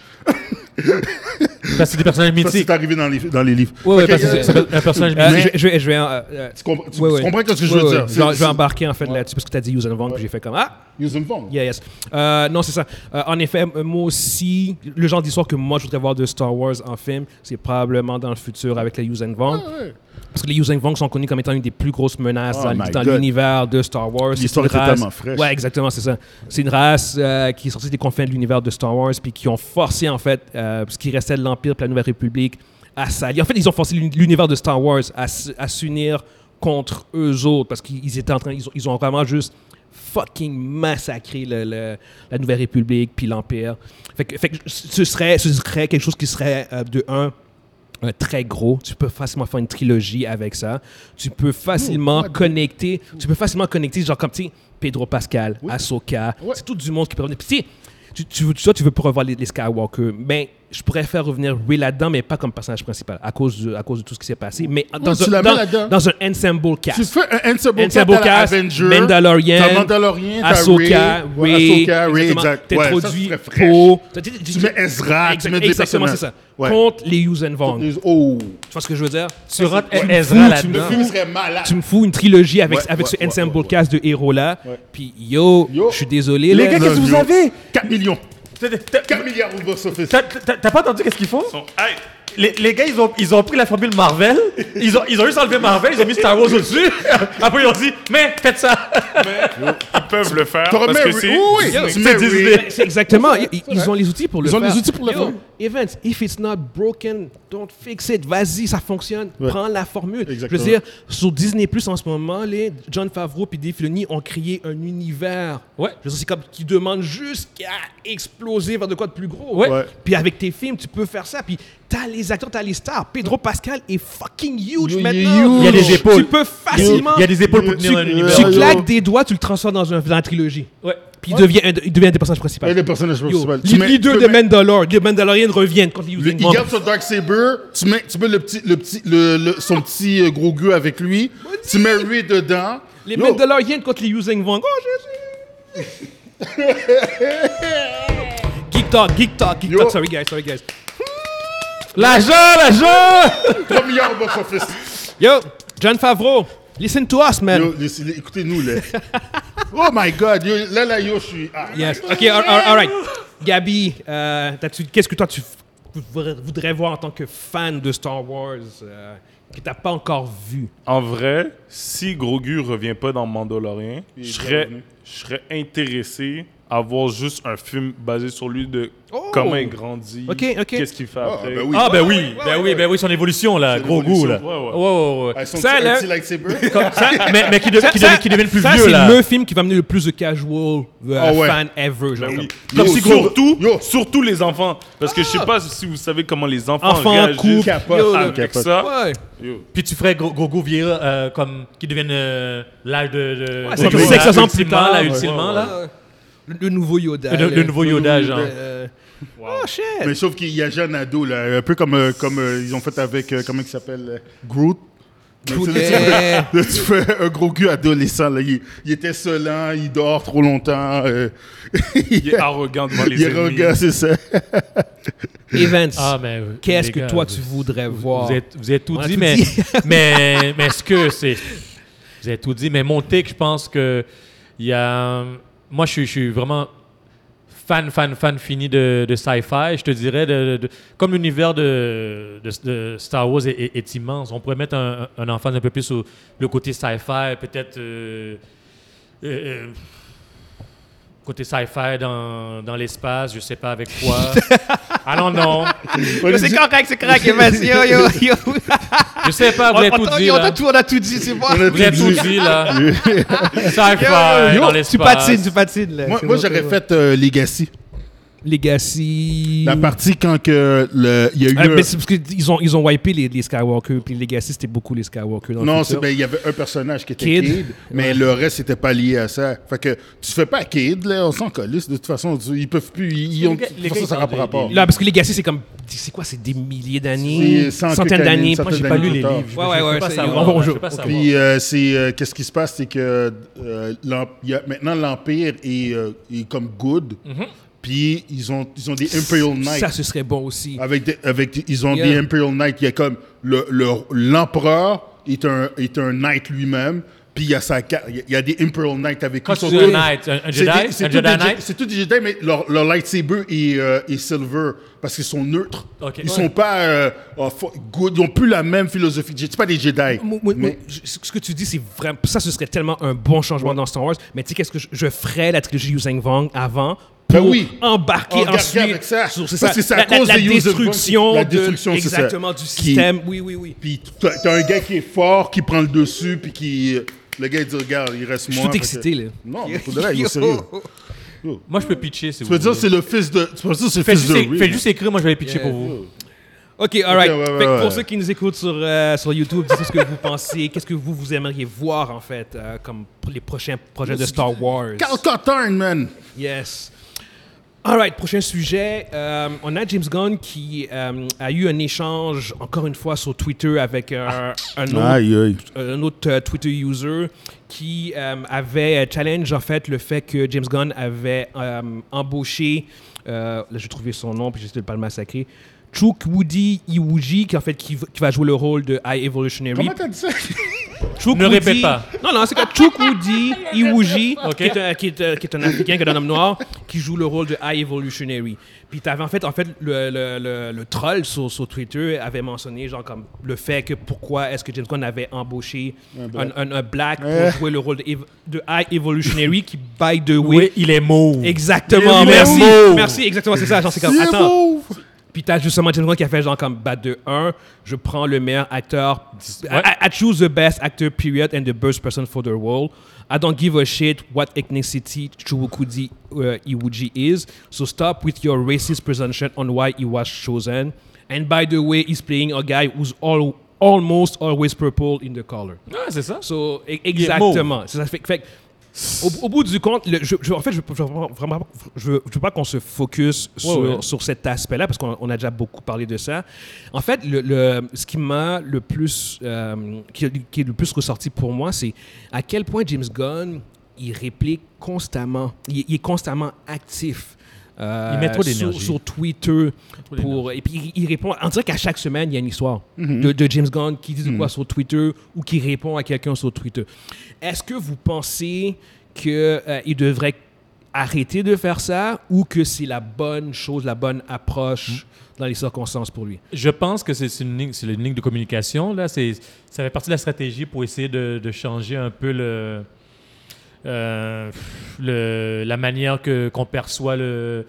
Parce que c'est des personnages Ça, mythiques. c'est arrivé dans les, dans les livres. Ouais, ouais, Fait parce que, que euh, c'est- C'est un personnage Euh, mythique. je, je vais, je vais, euh, euh, tu comprends, tu- ouais, tu ouais. comprends ce que je Ouais, veux ouais. dire? Je vais- je vais C'est- embarquer en fait là-dessus parce que tu as dit Use and Vaughn, puis j'ai fait comme ah, Use and Vaughn. yeah, yes. Euh, non, c'est ça. Euh, en effet, euh, moi aussi, le genre d'histoire que moi je voudrais voir de Star Wars en film, c'est probablement dans le futur avec les Use and Vaughn. Ouais, ouais. Parce que les Use and Vaughn sont connus comme étant une des plus grosses menaces Oh dans, my dans God. l'univers de Star Wars. C'est L'histoire une était race- tellement fraîche. Ouais, exactement, c'est ça. C'est une race euh, qui est sortie des confins de l'univers de Star Wars, puis qui ont forcé en fait euh, ce qui restait de l'Empire, puis la Nouvelle République, à s'allier. En fait, ils ont forcé l'uni- l'univers de Star Wars à, s- à s'unir contre eux autres, parce qu'ils étaient en train, ils ont, ils ont vraiment juste fucking massacré le- le- la Nouvelle République puis l'Empire. Fait que, fait que ce serait, ce serait quelque chose qui serait euh, de un. euh, très gros, tu peux facilement faire une trilogie avec ça. Tu peux facilement Oh, connecter, tu peux facilement connecter genre comme tu sais Pedro Pascal, Oui. Ahsoka, Ouais. c'est tout du monde qui peut revenir. Puis, tu sais, tu, tu, veux- toi, tu veux pas revoir les, les Skywalker, mais je pourrais faire revenir Rey là-dedans, mais pas comme personnage principal, à cause de, à cause de tout ce qui s'est passé, mais dans, tu un, la mets dans, là-dedans. dans un ensemble cast. Tu fais un Ensemble Cast, Ensemble à la cast, Avenger, Mandalorian, t'as Mandalorian, t'as Ahsoka, Rey, Rey, Ahsoka, Rey, exactement. exact. Ouais, ça, T'introduis ce serait fraîche. Poe. Tu mets Ezra, tu mets des Exactement, c'est personnages. ça. Ouais. Contre les Use and Vaughn. Tu Oh. vois ce que je veux dire? Tu rates tu me Ezra fous, tu là-dedans. me Le film serait malade. Tu me fous une trilogie avec, Ouais, avec ouais, ce ouais, ensemble ouais, ouais. cast de héros-là. Ouais. Puis yo, Yo. je suis désolé. Les là. gars, qu'est-ce que vous Yo. avez? quatre millions. T'as- t'as- quatre milliards au box-office. t'as- T'as t'as pas entendu qu'est-ce qu'ils font? Son- Hey! Les, les gars, ils ont, ils ont pris la formule Marvel, ils ont, ils ont juste enlevé Marvel, ils ont mis Star Wars au-dessus. Après, ils ont dit, mais faites ça. Ils peuvent le faire T'aurais parce mis que Rey- c'est... oui, oui, Disney. tu mets Disney. Rey. C'est exactement. Ils, ils ont les outils pour le Ils faire. ont les outils pour le Yo, faire. Evans, if it's not broken, don't fix it. Vas-y, ça fonctionne. Ouais. Prends la formule. Exactement. Je veux dire, sur Disney Plus en ce moment, les John Favreau et Dave Filoni ont créé un univers. Ouais. Oh. Je veux dire, c'est comme qui demande juste qu'à exploser vers de quoi de plus gros. Ouais. Ouais. Puis avec tes films, tu peux faire ça. Puis T'as les acteurs, t'as les stars. Pedro Pascal est fucking huge Yo, maintenant. il y a des épaules. Tu peux facilement. Il y a des épaules pour Tu, tenir un univers. tu Yo, yo. claques des doigts, tu le transformes dans, un, dans la trilogie. Ouais. Puis il, devient un, il devient un des personnages principaux. Et les personnages Yo, principaux. les mets- leaders tu de mets- Mandalore, les Mandalorians reviennent quand ils Le- usent il garde son Darksaber, tu mets, tu mets le petit, le petit, le, le- son petit euh, gros gueux avec lui, tu mets Ray dedans. Les Yo, Mandalorians contre les Using Vong. Oh, Jésus! Geek Talk, Geek Talk, Geek Yo. Talk. Sorry, guys, sorry, guys. L'argent, l'argent! trois milliards au box-office. Yo, John Favreau, listen to us, man. Yo, laissez- écoutez-nous, là. Oh my God, yo, là, là, yo, je suis... ah. Yes. OK, all, all- all right. Gabi, euh, t'as-tu- qu'est-ce que toi, tu f- voudrais- voudrais voir en tant que fan de Star Wars euh, que t'as pas encore vu? En vrai, si Grogu revient pas dans Mandalorian, Il est je déjà serais, revenu. je serais intéressé à voir juste un film basé sur lui de Oh! comment il grandit, Ok, ok. qu'est-ce qu'il fait Ah, après. ben oui. Ah, ben oui, ouais, ben ouais, oui, ouais. ben oui, son évolution, là. Son Gros évolution. goût, là. Ouais, ouais. Ouais, ouais, ouais. Avec son Ça, petit, là- un petit lightsaber. Comme ça, mais, mais qui, de- qui, Ça- devient- qui devienne plus ça, vieux, c'est là. le film qui va amener le plus de casual euh, Ah ouais. fans ever. Genre, Ben oui. comme- Comme Yo, si so- surtout, yo. surtout les enfants. Parce que je sais pas si vous savez comment les enfants, Enfants, réagissent couple, Capote, yo, avec capote. ça. Ouais. Yo. Puis tu ferais Gro- Grogu vieillir euh, comme qui devienne euh, l'âge de, de Ouais, de c'est comme Yoda, six ans plus ultimement, tard. là, ouais. ultimement, là. Ouais. Le, le nouveau Yoda. Le- là. le nouveau Yoda, genre. Euh, Oh, shit. Mais sauf qu'il y a jeune ado, là, un peu comme, euh, comme euh, ils ont fait avec, euh, comment il s'appelle, euh, Groot. Mais Groot, tu sais, yeah. Là, tu fais un gros cul adolescent, là. Il, il était selant, il dort trop longtemps. euh, Il est arrogant devant les il est ennemis. arrogant, c'est ça. Evans, Ah, mais. qu'est-ce les que gars, toi vous- tu voudrais Vous, voir? vous êtes, vous êtes tout On a dit, tout mais, dit. mais, mais est-ce que c'est. Vous avez tout dit, mais mon take, je pense que. Il y a. Moi, je suis, je suis vraiment fan, fan, fan fini de, de sci-fi. Je te dirais, de, de- comme l'univers de, de, de Star Wars est, est- est immense. On pourrait mettre un, un enfant un peu plus sur le côté sci-fi, peut-être. euh, euh, euh, côté sci-fi dans, dans l'espace, je sais pas avec quoi. Allons non. Yo, c'est correct, c'est correct, Evans. Yo, yo, yo. Je sais pas, vous On, avez on- tout on- dit, on là. a tout, on a tout dit, c'est bon. On a Vous avez tout dit. dit, là. Sci-fi, Yo, dans tu l'espace. patines, tu patines. Là. Moi, C'est moi bon, j'aurais c'est bon. fait euh, Legacy. Legacy. La partie quand que le, il y a eu. Ah, un- mais c'est parce qu'ils ont, ils ont wipé les, les Skywalker, puis Legacy, c'était beaucoup les Skywalker. Dans le Non, futur. c'est- ben, il y avait un personnage qui était Kid. Kid, mais le reste n'était pas lié à ça. Fait que tu fais pas Kid, là, on s'en calisse. De toute façon, tu- ils peuvent plus. Ils, ils ont, Les gars- de les toute gars, façon, ça ils n'a pas parlent rapport. des- Là, parce que Legacy, c'est comme. C'est quoi, c'est des milliers d'années, C'est cent centaines quelques d'années. années, Moi, j'ai centaines pas lu d'années les plus tard. livres. Je- Ouais, je ouais, peux ouais, pas c'est- savoir, on va- on je joue. peux pas Ok. savoir. Puis euh, c'est euh, qu'est-ce qui se passe, c'est que euh, l'em- il y a- maintenant l'empire est, euh, est comme good. Puis ils ont ils ont des Imperial Knights. Ça, ce serait bon aussi. Avec, des- avec des- ils ont Yeah. des Imperial Knights. Il y a comme le, le- l'empereur est un est un knight lui-même. Puis il y a sa ca- il y a- il y a des Imperial Knights avec Quand qui tu sont dis tous- un knight, un, un c'est Jedi, des- c'est un tous Jedi des Je- Knight. c'est tous des Jedi, mais leur, leur lightsaber est, euh, est silver parce qu'ils sont neutres. Ok. Ils Ouais. sont pas euh, oh, fo- good. Ils n'ont plus la même philosophie. C'est pas des Jedi. Moi, moi, moi, Mais- je- ce que tu dis, c'est vraiment. Ça, ce serait tellement un bon changement dans Star Wars. Mais tu sais, qu'est-ce que je, je ferais la trilogie Yuzeng Vong avant Ben pour oui. embarquer Embarquer ensuite avec ça. sur c'est Parce ça, que c'est à la, la- cause la de Yuzeng Vong, destruction, la de- destruction, c'est ça. exactement du Qui- système. Oui, oui, oui. Puis t'as t'as un gars qui est fort, qui prend le dessus, puis qui. Le gars, il dit regarde, il reste Je suis moi. tout fait excité, que- là. Non, mais pour de vrai, il est sérieux. Moi, je peux pitcher si Tu vous veux dire, voulez. c'est le fils de. Tu peux dire, c'est le Faites fils de juste, Ray. faites juste écrire, moi, je vais pitcher Yeah. pour vous. OK, all right. ouais, ouais, Fait que ouais. pour ceux qui nous écoutent sur, euh, sur YouTube, dites ce que vous pensez. Qu'est-ce que vous, vous aimeriez voir, en fait, euh, comme pour les prochains projets de Star Wars. Cal Cotton, man. Yes. All right, prochain sujet. Euh, on a James Gunn qui euh, a eu un échange, encore une fois, sur Twitter avec un, un autre, Aïe, aïe. un autre euh, Twitter user qui euh, avait euh, challenge, en fait, le fait que James Gunn avait euh, embauché, euh, là, j'ai trouvé son nom, puis j'essaie de ne pas le massacrer, Chukwudi Iwuji, qui, en fait, qui, v- qui va jouer le rôle de High Evolutionary. Comment t'as dit ça? Chukwudi- Ne répète pas. Non, non, c'est que Chukwudi Iwuji, Ok. qui, est un, qui, est, euh, qui est un Africain, qui est un homme noir, qui joue le rôle de High Evolutionary. Puis t'avais en fait, en fait le, le, le, le troll sur, sur Twitter avait mentionné genre comme le fait que pourquoi est-ce que James Gunn avait embauché un black. un, un black pour Eh. jouer le rôle de, Ev- de High Evolutionary qui, by the way... Oui, il est mauve. Exactement, Il est merci. mauve. Merci, exactement, c'est ça. Genre, c'est comme, Il est attends, beau. puis t'as justement James Gunn qui a fait genre comme bat de un, je prends le meilleur acteur. Ouais. I, I choose the best actor, period, and the best person for the role. I don't give a shit what ethnicity Chukwudi uh, Iwuji is. So stop with your racist presumption on why he was chosen. And by the way, he's playing a guy who's all, almost always purple in the color. Ah, c'est ça. So, e- exactement. C'est ça fait, fait que, au, au bout du compte, le, je, je, en fait, je veux vraiment, je veux, je veux pas qu'on se focus sur, ouais. sur cet aspect-là parce qu'on on a déjà beaucoup parlé de ça. En fait, le, le, ce qui m'a le plus, euh, qui, qui est le plus ressorti pour moi, c'est à quel point James Gunn il réplique constamment, il, il est constamment actif. Euh, Il met trop sur, d'énergie. sur Twitter trop pour, et puis il, il répond. On dirait qu'à chaque semaine il y a une histoire Mhm. de, de James Gunn qui dit de Mhm. quoi sur Twitter ou qui répond à quelqu'un sur Twitter. Est-ce que vous pensez qu'il euh, devrait arrêter de faire ça ou que c'est la bonne chose, la bonne approche dans les circonstances pour lui? Je pense que c'est c'est une ligne, c'est une ligne de communication. Là. C'est, ça fait partie de la stratégie pour essayer de, de changer un peu le, euh, le, la manière que, qu'on perçoit le,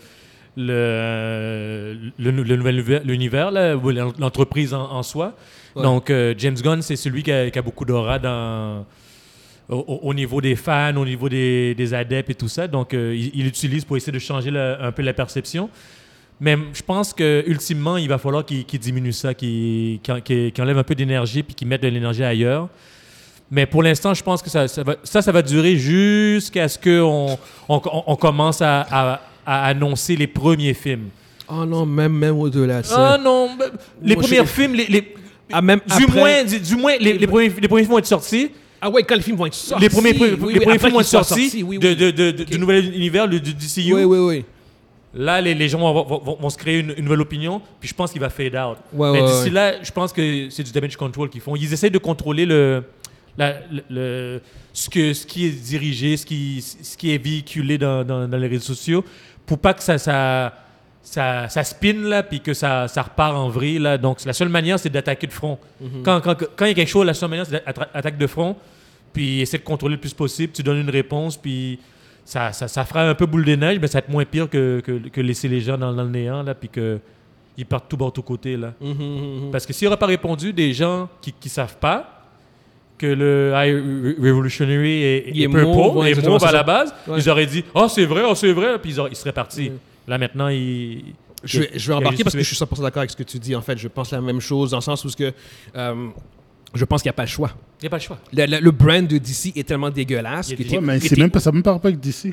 le, le, le nouvel univers- l'univers, là, ou l'entreprise en, en soi. Ouais. Donc, euh, James Gunn, c'est celui qui a, qui a beaucoup d'aura dans, au, au niveau des fans, au niveau des, des adeptes et tout ça. Donc, euh, il, il l'utilise pour essayer de changer la- un peu la perception. Mais je pense qu'ultimement, il va falloir qu'il, qu'il diminue ça, qu'il, qu'il, qu'il enlève un peu d'énergie puis qu'il mette de l'énergie ailleurs. Mais pour l'instant, je pense que ça, ça, va, ça, ça va durer jusqu'à ce qu'on on, on, on commence à, à, à annoncer les premiers films. Oh non, même, même au-delà de ça. Ah non, ben, les Moi, premiers je- films, les, les- Ah, même du, après- moins, du, du moins, les, les, premiers, les premiers films vont être sortis. Ah ouais, quand les films vont être sortis. Les premiers, oui, les oui, premiers après films vont qu'ils être soient sortis oui, de, oui. de, de, de- Ok. du nouvel univers, le, du D C U. Oui, oui, oui. Là, les, les gens vont, vont, vont, vont se créer une, une nouvelle opinion, puis je pense qu'il va fade out. Ouais, Mais ouais, d'ici ouais. là, je pense que c'est du damage control qu'ils font. Ils essaient de contrôler le, la, le, le- ce, que, ce qui est dirigé, ce qui, ce qui est véhiculé dans, dans, dans les réseaux sociaux, pour pas que ça, ça, ça, ça spin, là, puis que ça, ça repart en vrille. Là. Donc, la seule manière, c'est d'attaquer de front. Mhm. Quand, quand, quand il y a quelque chose, la seule manière, c'est d'attaquer de front, puis essayer de contrôler le plus possible. Tu donnes une réponse, puis ça, ça, ça fera un peu boule de neige, mais ça va être moins pire que, que, que laisser les gens dans, dans le néant, là, puis qu'ils partent tout bord, tout côté. Là. Mhm, mhm. Parce que s'il n'aurait pas répondu, des gens qui ne savent pas que le High Revolutionary est, Il est est purple, mauve, ouais, est exactement, mauve à c'est la ça. base, Ouais. ils auraient dit « Ah, oh, c'est vrai, oh, c'est vrai », puis ils, auraient- ils seraient partis. Ouais. Là, maintenant, ils... Je vais, je vais il y a embarquer juste parce que tué. je suis cent pour cent d'accord avec ce que tu dis. En fait, je pense la même chose dans le sens où ce que, euh, je pense qu'il n'y a pas le choix. Il n'y a pas le choix. Le, le- le brand de D C est tellement dégueulasse Il y a que des- t'es- Ouais, mais que c'est t'es- même pas, ça même pas rapport avec D C.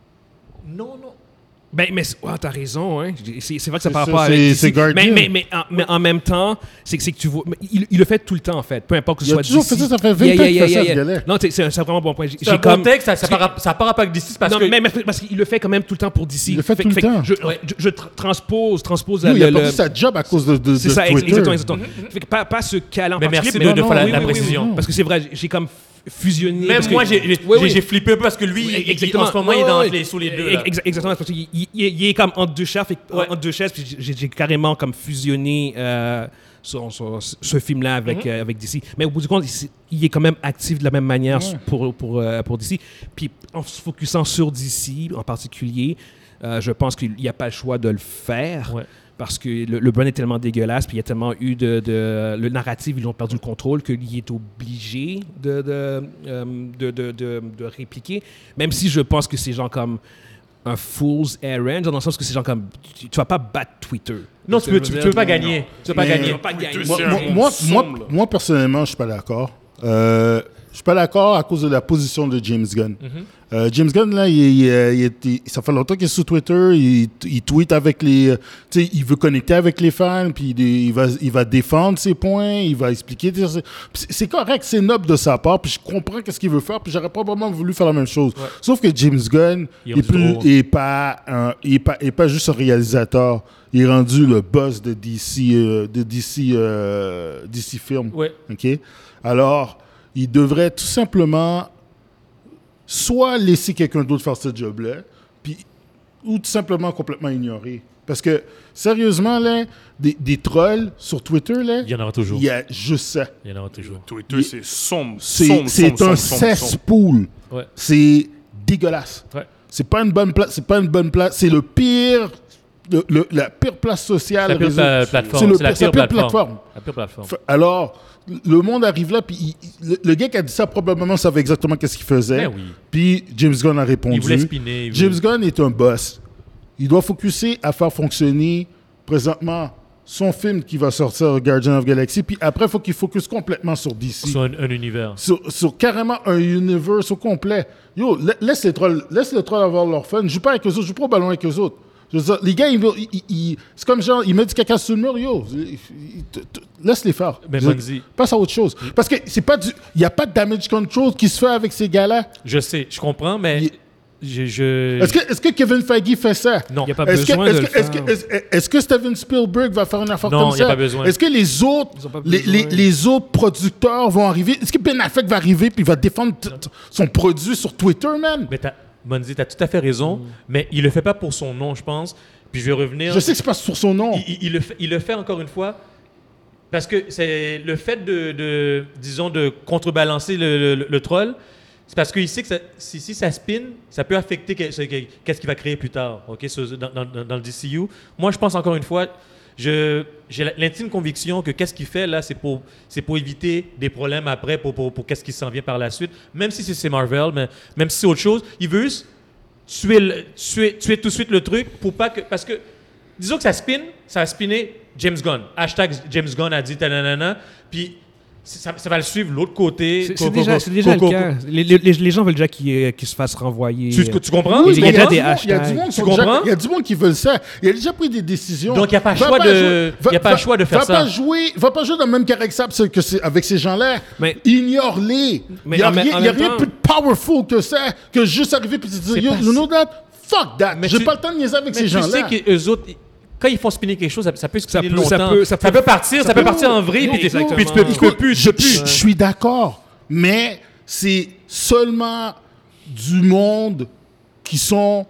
Non, non. Ben, mais c'est- ouais, t'as raison, hein. C'est, c'est vrai que ça C'est par ça, rapport avec c'est- D C. c'est Guardian. Mais, mais, mais, en, mais en même temps, c'est que, c'est que tu vois. mais Il, il le fait tout le temps, en fait. Peu importe que ce Il a soit toujours D C. fait ça, ça fait vingt Yeah, ans yeah, qu'il fait yeah, ça, yeah. ce gars-là. Non, t'es- c'est un, c'est un vraiment bon point. J'ai, C'est j'ai un comme. contexte, ça parce n'a que- pas, pas rapport avec D C, parce non, que... mais, mais parce qu'il le fait quand même tout le temps pour D C. Il le fait tout le que temps. Je, je, je tra- transpose, transpose Yo, il le- a perdu le- sa job à cause de, de, C'est de ça, ex- Twitter. exactement, exactement. Fait que pas, pas ce câlin en Mais merci particulier, de- de non, faire la, oui, la oui, précision. oui. Parce que c'est vrai, j'ai comme fusionné. Même parce que- moi, j'ai, j'ai, Oui, oui. j'ai flippé un peu parce que lui, il- il- Exactement. en ce moment, Ouais, il est dans ouais. les, sous les deux. Là. Ex- Exactement, parce qu'il il, il- il est comme entre deux chefs, et- Ouais. entre deux chefs, puis j'ai, j'ai carrément comme fusionné euh, son- son- ce film-là avec, Mhm. euh, avec D C. Mais au bout du compte, il, il est quand même actif de la même manière Ouais. pour, pour, euh, pour D C. Puis en se focusant sur D C en particulier, euh, je pense qu'il n'y a pas le choix de le faire. Ouais. Parce que le, le brand est tellement dégueulasse, puis il y a tellement eu de, de... Le narratif, ils ont perdu le contrôle, qu'il est obligé de, de, euh, de, de, de, de répliquer. Même si je pense que c'est genre comme un fool's errand, dans le sens que c'est genre comme... Tu, tu vas pas battre Twitter. Non, tu peux, tu, tu peux pas gagner. Tu peux pas Mais- gagner. Tu vas pas gagner. Moi, C'est moi, un moi, sombre, moi, là. moi, personnellement, je suis pas d'accord. Euh, je suis pas d'accord à cause de la position de James Gunn. Euh, James Gunn, là, il, il, il, il- ça fait longtemps qu'il est sur Twitter. Il, il tweet avec les... euh, Tu sais, il veut connecter avec les fans, puis il, il va, il va défendre ses points, il va expliquer... tu sais, C'est c'est correct, c'est noble de sa part, puis je comprends qu'est-ce qu'il veut faire, puis j'aurais probablement voulu faire la même chose. Sauf que James Gunn, Il il est est, plus, trop. il est pas un- il est pas, il est pas juste un réalisateur. Il est rendu le boss de D C, euh, de D C, euh, D C Film. Ouais. OK? Alors, il devrait tout simplement soit laisser quelqu'un d'autre faire ce job-là, puis, ou tout simplement complètement ignorer. Parce que, sérieusement, là, des, des trolls sur Twitter, là, Il y en aura toujours. il y a juste ça. Il y en aura toujours. Twitter, Il- c'est sombre. C'est sombre, c'est sombre, un sombre, sombre, sombre. cesspool. Ouais. C'est dégueulasse. Ouais. C'est pas une bonne place. C'est pas une bonne place. C'est le pire, le- le- la pire place sociale. La pire réseau- pla- plateforme. C'est le- C'est la c'est pire plateforme. La pire plateforme. F- Alors, le monde arrive là, puis il- il- le, le gars qui a dit ça probablement savait exactement qu'est-ce qu'il faisait. Ben oui. Puis James Gunn a répondu. Il voulait spinner. il voulait- James Gunn est un boss. Il doit focuser à faire fonctionner présentement son film qui va sortir, Guardian of Galaxy, puis après, il faut qu'il focus complètement sur D C. Sur un, un univers. Sur, sur carrément un univers au complet. Yo, la- laisse les trolls, laisse les trolls avoir leur fun. Je joue pas avec eux autres, je joue pas au ballon avec eux autres. Je veux dire, les gars, ils, veulent- ils- ils- ils- c'est comme genre, ils mettent du caca sur le mur, yo. Ils- ils- t- t- laisse les faire. Mais Je veux Monzi- dire, passe à autre chose. Parce que c'est pas du, il y a pas de damage control qui se fait avec ces gars-là. Je sais, je comprends, mais Il- je... je- Est-ce que, est-ce que Kevin Feige fait ça? Non. Il n'y a pas Est-ce que, besoin est-ce de le que, est-ce faire. que, est-ce, est-ce que Steven Spielberg va faire une affaire Non, comme y a ça? pas besoin. Est-ce que les autres, Ils ont pas les, besoin. les, les autres producteurs vont arriver? Est-ce que Ben Affleck va arriver puis il va défendre t- t- son produit sur Twitter, man? Mais t'as, Monzi, t'as tout à fait raison, mais il le fait pas pour son nom, je pense. Puis je vais revenir... Je sais que c'est pas sur son nom. Il, il- il le fait, il le fait encore une fois parce que c'est le fait de, de disons, de contrebalancer le, le- le troll. C'est parce qu'il sait que ça- si, si ça spin, ça peut affecter que- ce que- qu'est-ce qu'il va créer plus tard, ok, ce- dans, dans- dans le D C U. Moi, je pense encore une fois, je, j'ai l'intime conviction que qu'est-ce qu'il fait là, c'est pour, c'est pour éviter des problèmes après, pour, pour, pour qu'est-ce qui s'en vient par la suite. Même si c'est, c'est Marvel, mais même si c'est autre chose, il veut juste tuer, le- tuer, tuer tout de suite le truc pour pas que, parce que disons que ça spin, ça a spinné James Gunn. Hashtag James Gunn a dit tananana, puis ça, ça va le suivre l'autre côté. C'est Co- c'est co- déjà, co- c'est déjà co- le co- cas. Les, les- les gens veulent déjà qu'ils euh, qu'ils se fassent renvoyer. Tu, tu comprends? Oui, Tu il y a déjà comprends? des Il y a hashtags. du monde qui Tu ont déjà- comprends? il y a du monde qui veulent ça. Il a déjà pris des décisions. Donc, il y a pas Va choix de- jouer- il y a pas va- choix de faire va ça. Pas jouer, va pas jouer dans le même caractère que que c'est- avec ces gens-là. Mais- Ignore-les. Mais Il n'y a en même- rien, en il y a même rien temps- plus powerful que ça, que juste arriver et te C'est dire, yo, pas you know that? Fuck that. Mais J'ai tu- pas le temps de niaiser avec Mais ces tu sais gens-là. qu'eux autres, quand ils font spinner quelque chose, ça, ça peut spinner peut- longtemps. ça peut- ça peut- partir, ça, ça peut peut- partir en vrille, Oui, puis, tu- exactement. puis tu peux, tu peux Écoute, plus. je, tu peux plus. je- je suis d'accord, mais c'est seulement du monde qui sont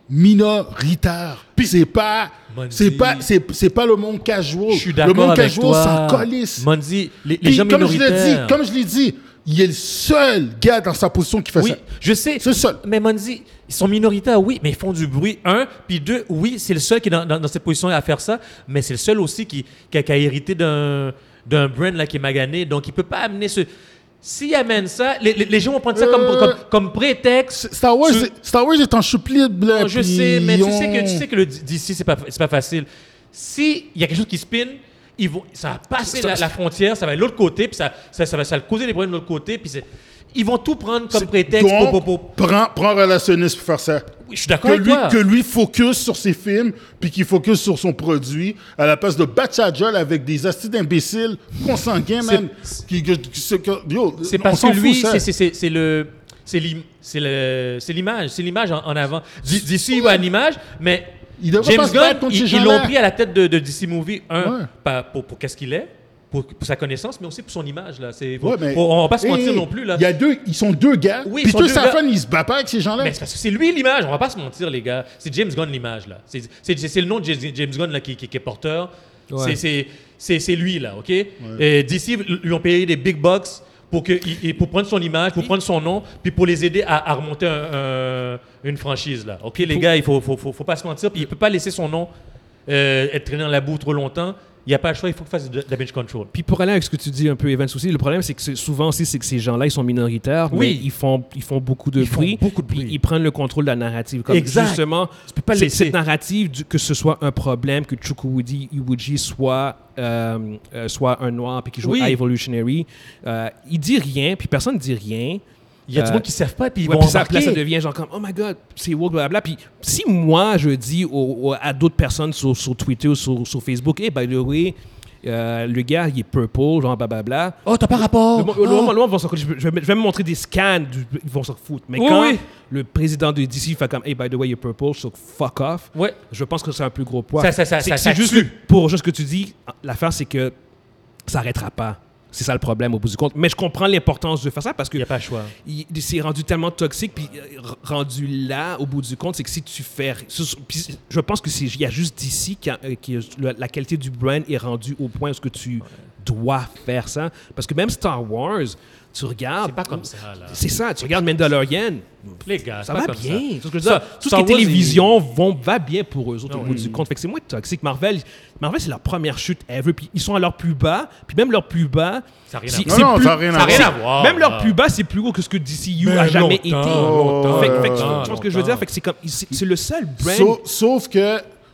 minoritaires. Puis c'est pas, Monzi. c'est pas, c'est, c'est pas le monde casual. Je suis Le d'accord monde avec casual, toi. ça colisse. Monzi, les, les Puis gens comme je l'ai dit, minoritaires. comme je l'ai dit, il est le seul gars dans sa position qui fait Oui, ça. je sais. C'est le seul. Mais Monzi, ils sont minoritaires, oui, mais ils font du bruit. Un, puis deux, oui, c'est le seul qui est dans, dans- dans cette position à faire ça, mais c'est le seul aussi qui, qui a, qui a hérité d'un, d'un brand là, qui est magané. Donc, il peut pas amener ce. S'il amène ça, les, les- les gens vont prendre ça comme, Euh, comme, comme prétexte. Star Wars, Tu- est- Star Wars est en choupe libre. là, Non, je puis sais, mais tu ils sais, que, tu ont- sais que le D C, c'est pas, c'est pas facile. S'il y a quelque chose qui spin, ils vont, ça va passer la, la frontière, ça va être de l'autre côté, puis ça, ça, ça va ça va causer des problèmes de l'autre côté, puis c'est- ils vont tout prendre comme prétexte Donc, pour, pour, pour- Prends, prends un relationniste pour faire ça. Oui, je suis d'accord Que avec lui, toi. que lui focus sur ses films, puis qu'il focus sur son produit, à la place de battre sa gueule avec des astis d'imbéciles consanguins, C'est- man. Qui, qui- qui- c'est que- yo, C'est on parce s'en que lui, fout, ça. c'est- c'est c'est- c'est le. C'est l'im- c'est le- c'est l'image, c'est l'image en, en avant. D- D C, il va à l'image, mais Il devrait pas James se battre Gunn, contre ils ces ils l'ont gens-là. pris à la tête de, de D C Movie, un, Ouais. pas- pour, pour qu'est-ce qu'il est, pour, pour sa connaissance, mais aussi pour son image. Là. C'est, Ouais, mais- faut- on va pas se mentir Hey, non plus. Là. Il y a deux, ils sont deux gars. Oui, ils puis sont tout deux ça, gars. fun, ils se battent pas avec ces gens-là. Mais c'est parce que c'est lui l'image, on va pas se mentir, les gars. C'est James Gunn l'image, là. C'est, c'est, c'est le nom de James James Gunn là, qui, qui- qui est porteur. Ouais. C'est, c'est, c'est, c'est lui, là, OK? Et D C lui ont payé des big bucks pour, que, il- il- pour prendre son image, pour prendre son nom, puis pour les aider à, à remonter un- un- une franchise, là. OK, les gars, il faut, faut, faut, faut pas se mentir, puis il peut pas laisser son nom euh, être traîné dans la boue trop longtemps. Il n'y a pas le choix, il faut qu'il fasse du damage control. Puis pour aller avec ce que tu dis un peu, Evans aussi, le problème, c'est que c'est- souvent aussi, c'est que ces gens-là, ils sont minoritaires, Oui. mais ils font, ils font beaucoup de Ils font bruit. beaucoup de puis bruit. ils prennent le contrôle de la narrative. Comme Exact. Justement, Tu peux pas c'est- laisser. cette narrative, du- que ce soit un problème, que Chukwudi Iwuji soit, euh, euh, soit un noir, puis qu'il joue Oui. à Evolutionary, euh, il dit rien, puis personne ne dit rien. Il y a du Euh, monde qui ne savent pas, puis ils Ouais, vont puis ça, puis là, embarquer. ça devient genre comme oh my god, c'est woke, blablabla. Puis si moi je dis au- au- à d'autres personnes sur, sur Twitter ou sur, sur Facebook, hey, by the way, euh, le gars il est purple, genre blablabla. Oh, t'as pas rapport! Le, mo- le moment- le moment, ils vont s'en- je, vais, je vais me montrer des scans, du- ils vont s'en foutre. Mais Oui, quand oui. le président de D C fait comme hey, by the way, you're purple, so fuck off, Ouais. je pense que c'est un plus gros poids. Ça- ça- ça- c'est ça- c'est ça juste tue. que pour juste ce que tu dis, l'affaire c'est que ça n'arrêtera pas. C'est ça le problème au bout du compte. Mais je comprends l'importance de faire ça parce que Il n'y a pas le choix. il- c'est rendu tellement toxique, puis euh, r- rendu là, au bout du compte, c'est que si tu fais... Puis je pense que c'est il y a juste d'ici qui, a- euh, qui la, la qualité du brand est rendue au point où ce que tu dois faire ça. Parce que même Star Wars, tu regardes... C'est pas comme ça, là. C'est ça, tu regardes Mandalorian, Les gars, ça c'est va pas comme bien. ça. C'est ce que je veux Ça, dire. Tout ce Star qui est Wars, télévision vont, va bien pour eux autres Ah au ouais. bout du compte. Fait que c'est moins toxique. Marvel, Marvel c'est leur première chute ever. Puis ils sont à leur plus bas. Puis même leur plus bas... Ça n'a rien à c'est- voir. c'est Non, non, plus- ça n'a rien à Ça n'a rien voir. à voir. Même leur là. plus bas, c'est plus haut que ce que D C U Mais a jamais longtemps, été. longtemps, Fait que- fait que tu longtemps, vois ce que je veux dire? Fait que c'est comme c'est c'est le seul brand. Sauf, sauf que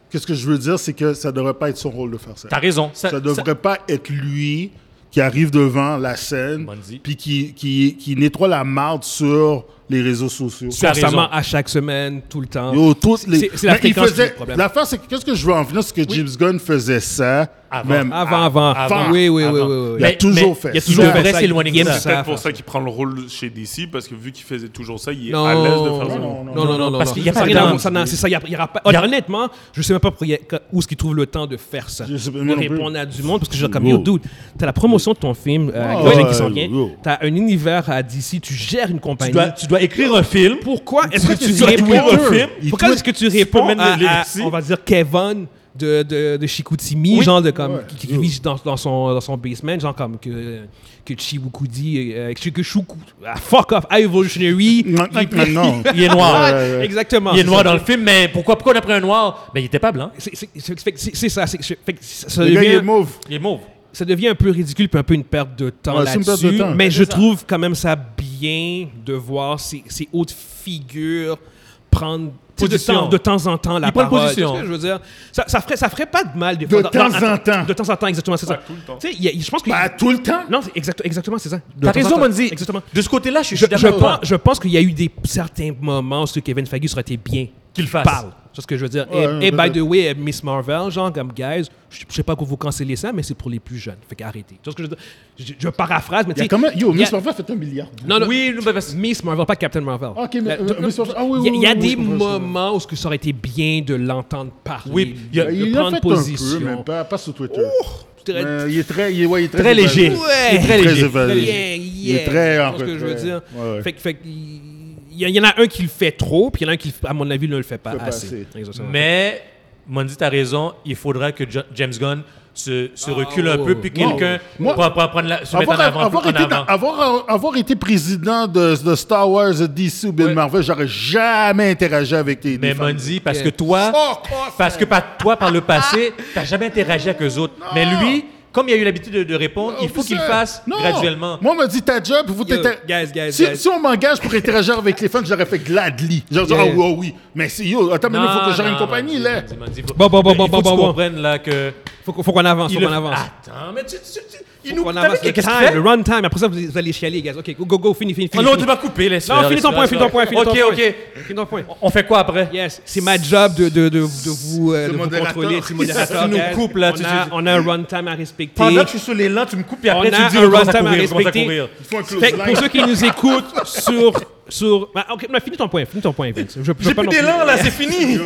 qu'est-ce que je veux dire, c'est que ça devrait pas être son rôle de faire ça. T'as raison. Ça, ça devrait pas être lui qui arrive devant la scène Monzi. puis qui, qui, qui nettoie la marde sur les réseaux sociaux. T'as Constamment, raison. à chaque semaine, tout le temps. Yo, toutes les... C'est- c'est la Mais il fréquence qui est faisait- le problème. L'affaire, c'est que qu'est-ce que je veux en venir, c'est que James Gunn faisait ça Avant. même Avant, avant. Avant. Oui, oui, oui, Avant. oui, oui, oui. Il a Mais- toujours mais fait Il a ça. toujours Il fait fait ça, ça, s'éloigner il de aime ça. ça. C'est peut-être pour ça qu'il prend le rôle chez D C, parce que vu qu'il faisait toujours ça, il est Non, à l'aise de faire ça. non, non, Non, non, non, non. parce non. qu'il y a Ça pas n'a de rien à temps. voir, ça n'a- C'est ça, il y a- il y aura pas. Il y a- Honnêtement, je sais même pas pour- il y a- où est-ce qu'il trouve le temps de faire ça. Je sais pas, De moi non plus. répondre à du monde, parce que j'ai comme, Yo. yo, dude, t'as la promotion de ton film, euh, Oh, Guardian ouais, qui s'en vient, yo. t'as un univers à D C, tu gères une compagnie. Tu dois, tu dois écrire un film. Pourquoi est-ce que Tu tu dois réponds tweeter. un film? Il Pourquoi tweet- est-ce que tu peux réponds mettre à, le à, legacy. on va dire, Kevin de, de, de Chicoutimi, Oui. genre de comme, Ouais. qui, qui vit dans, dans, son, dans son basement, genre comme que, que Chiwukudi, euh, que, que Shuku, ah, fuck off, High Evolutionary. Non, non, non. Il est noir. Ouais, ouais, ouais. Exactement. Il est c'est noir ça. dans le film, mais pourquoi, pourquoi on a pris un noir? Ben, il était pas blanc. C'est c'est- c'est- fait que c'est- c'est ça. c'est- fait que ça, ça Le gars, il est devient, mauve. Il est mauve. ça devient un peu ridicule puis un peu une perte de temps Ouais, c'est une perte de là-dessus. temps. Mais C'est je ça. trouve quand même ça bien de voir ces, ces hautes figures prendre tu sais, de, Position. temps, de temps en temps la Ils prennent parole. position. Tu sais ce que je veux dire, ça, ça ferait ça ferait pas de mal des De fois. dans- temps dans- en temps. De temps en temps, exactement, c'est Pas ça. tout le temps. Tu sais, il y a- je pense que Pas tout le temps. non, c'est exact- exactement, c'est ça. De T'as temps en raison, temps. Monzi. Exactement. De ce côté-là, je suis Je, je d'accord. pense, je pense qu'il y a eu des certains moments où Kevin Feige aurait été bien Qu'il fasse. parle. C'est ce que je veux dire. Ouais, et, ouais, et by peut-être. the way, Miss Marvel, genre comme guys, je, je sais pas pourquoi vous cancellez ça, mais c'est pour les plus jeunes. Fait qu'arrêtez. Tu vois ce que je veux dire? Je, je paraphrase, mais Il y tu a sais. quand même... Yo, il y a- Miss Marvel a fait un milliard. Non, non. Oui, nous, ben, parce- Miss Marvel, pas Captain Marvel. Ok, mais- La- euh, Miss Marvel- ah oui, il y a, oui, il y a oui, des oui, je comprends ça. moments où ce que ça aurait été bien de l'entendre parler. Oui, il y a- de, de Il a prendre fait position. un peu, mais pas, pas sur Twitter. Je dirais- Mais il est très... Il est, ouais, il est très, Très léger. évasif. Ouais. Il est très Très léger. évasif. Yeah, Il est yeah. très en Tu vois ce que je veux retrait. dire. Ouais, ouais. Fait, que- fait que il il y, a- il y en a un qui le fait trop, puis il y en a un qui, à mon avis, ne le fait pas Fait pas assez. assez. Exactement. Mais, Mondi, t'as raison, il faudra que Jo- James Gunn se, se Ah, recule un ouais, peu, ouais. puis Moi- quelqu'un moi- pour, pour prendre la, se mettre Avoir, en avant, avoir en été dans- avant. avoir, avoir été président de, de Star Wars, de D C ou bien Ouais. Marvel, j'aurais jamais interagi avec tes Mais des fans. Mondi, parce Yeah. que toi, Fuck off, parce que par, toi, par le passé, t'as jamais interagi avec eux autres. Mais lui, comme il a eu l'habitude de, de répondre, il faut qu'il le fasse Non. graduellement. Moi, on m'a dit ta job, vous Yo, t'inter- guys, guys, si, guys. si on m'engage pour interagir avec les fans, j'aurais fait gladly. J'aurais dit, Yeah. ah oui, oh oui. Mais si, yo, attends, mais il faut que j'aie une compagnie, Mondi, là. Mondi, Mondi, faut- Bon, bon, bon, mais bon, il faut bon, que tu bon, bon. comprennes là que... Faut, qu'on- faut qu'on avance, faut il qu'on le- avance. Attends, mais tu, tu, tu- il Faut nous... qu'on t'as avance. vu Le qu'est-ce que tu time, fais? le run time. Après ça, vous, vous allez chialer, guys. OK, go, go, go, fini, fini, Oh fini. non, fini. tu vas couper, laisse Non, faire, finis laisse ton faire, point, laisse finis ton faire. point, finis ton Ok, point. ok. Finis ton point. On fait quoi après? Yes, c'est ma job de, de, de, de vous, euh, Ce de vous modérateur. contrôler. C'est le modérateur, Tu nous guys. coupes, là, On tu- a, tu- on a un run time à respecter. Pendant que je suis sur les lents, tu me coupes, puis après On tu a dis un on commence à runtime à courir, on commence à respecter. courir. Il faut un close Fait que pour line. ceux qui nous écoutent sur... sur bah, OK, mais finis ton point. Finis ton point, Vince. Je, je J'ai veux pas plus non d'élan, là, c'est fini.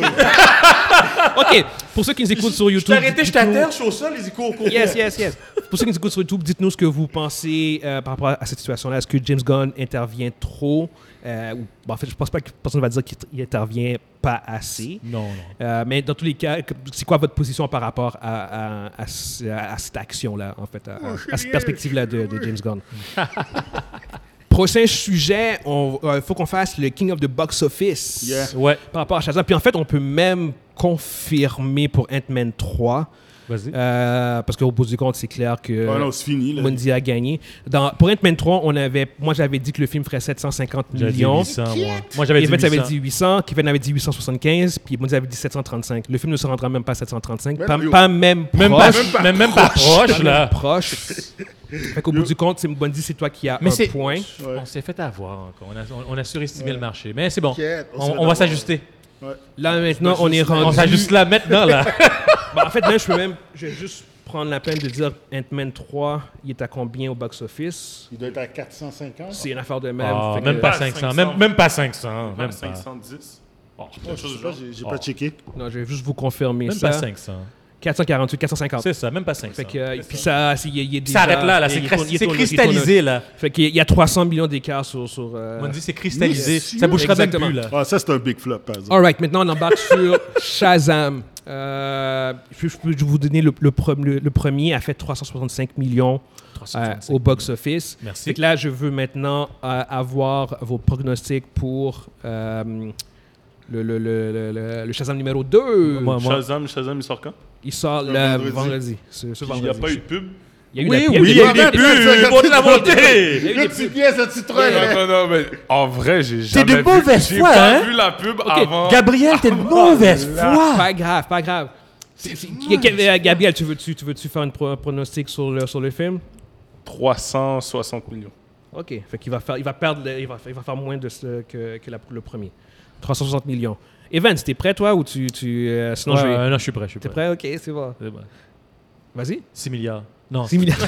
OK, pour ceux qui nous écoutent sur Je YouTube... t'ai arrêté, je t'ai à dites-nous- terre, je suis au sol, les cours, cours. Yes, yes, yes. Pour ceux qui nous écoutent sur YouTube, dites-nous ce que vous pensez euh, par rapport à cette situation-là. Est-ce que James Gunn intervient trop euh, ou, bon, en fait, je pense pas que personne va dire qu'il il intervient pas assez. Non, non. Euh, mais dans tous les cas, que- c'est quoi votre position par rapport à, à, à, ce- à cette action-là, en fait, à, à- à cette perspective-là de, de James Gunn? Prochain sujet, il faut qu'on fasse le King of the Box Office Yeah. Ouais, par rapport à Shazam. Puis en fait, on peut même confirmer pour Ant-Man trois, vas-y. euh, parce qu'au bout du compte, c'est clair que Ah non, c'est fini, là. Mundi a gagné. Dans, pour Ant-Man trois, on avait, moi j'avais dit que le film ferait sept cent cinquante J'avais dit millions. huit cents, moi. Moi, j'avais dit Evans avait huit cents. dit huit cents, Kevin avait dit huit cent soixante-quinze, puis Mundi avait dit sept cent trente-cinq. Le film ne se rendra même pas à sept cent trente-cinq, Mais pas, non, yo. pas même proche. Même pas, Même pas même, même pas proche, Pas là. même proche. Fait qu'au bout du compte, c'est Mundi, c'est toi qui as Mais un c'est- point. Ouais. On s'est fait avoir encore. On a, on- on a surestimé le marché. Mais c'est bon. T'inquiète, on On, se fait on va d'avoir. s'ajuster. Ouais. Là maintenant, on est rendu. On s'ajuste là maintenant, là. Bah, en fait, là, je peux même, je vais juste prendre la peine de dire Ant-Man trois, il est à combien au box-office? Il doit être à quatre cent cinquante. C'est une affaire de même. Ah, Fait que- même pas Pas cinq cents. cinq cents. Même, même pas cinq cents. Même Même pas, cinq cent dix. Oh, Quelque je chose sais du pas, genre. j'ai j'ai Oh. pas checké. Non, je vais juste vous confirmer même ça. pas cinq cents. quatre cent quarante-huit, quatre cent cinquante. C'est ça, même pas cinq cents. Fait que, euh, puis ça, c'est- il y a- il y a déjà... Ça arrête là, là. il y a- C'est il tourne- il c'est tourne- il tourne- cristallisé, là. Fait qu'il y a- il y a trois cents millions d'écart sur... sur euh, On dit c'est cristallisé. Monsieur. Ça bougera même Exactement. plus, là. Ah, ça, c'est un big flop, par exemple. All right, maintenant, on embarque sur Shazam. Euh, je, je peux vous donner le, le, pre- le- le premier, a fait trois cent soixante-cinq millions euh, au box-office. Merci. Fait que là, je veux maintenant euh, avoir vos pronostics pour euh, le, le, le, le, le- le Shazam numéro deux. Moi, moi, Shazam, Shazam, il sort quand? Il sort Le le vendredi. vendredi. Ce, ce Puis il vendredi. n'y a pas eu de pub. Il y a eu Oui, la- oui, il y a eu Ouais, des ouais, ouais, pubs, bon de la montée. Il y a eu Le des petit pubs. pièce à citron, là. Non, non, mais en vrai, j'ai C'est jamais de mauvaise vu. J'ai foi, pas hein? vu la pub avant. Gabriel, t'es de mauvaise foi. Pas grave, pas grave. C'est- c'est- Qu- Qu- euh, Gabriel, tu veux-tu tu veux-tu faire un pro- pronostic sur le, sur le film? trois cent soixante millions. OK. Fait qu'il va faire, il va perdre, le- il va, il va faire moins de ce que, que la- le premier. trois cent soixante millions. Evan, t'es prêt, toi, ou tu... tu euh, sinon, je vais... Ouais, non, je suis prêt, je suis T'es prêt. prêt? OK, c'est bon. C'est bon. Vas-y. six milliards. Non. six milliards.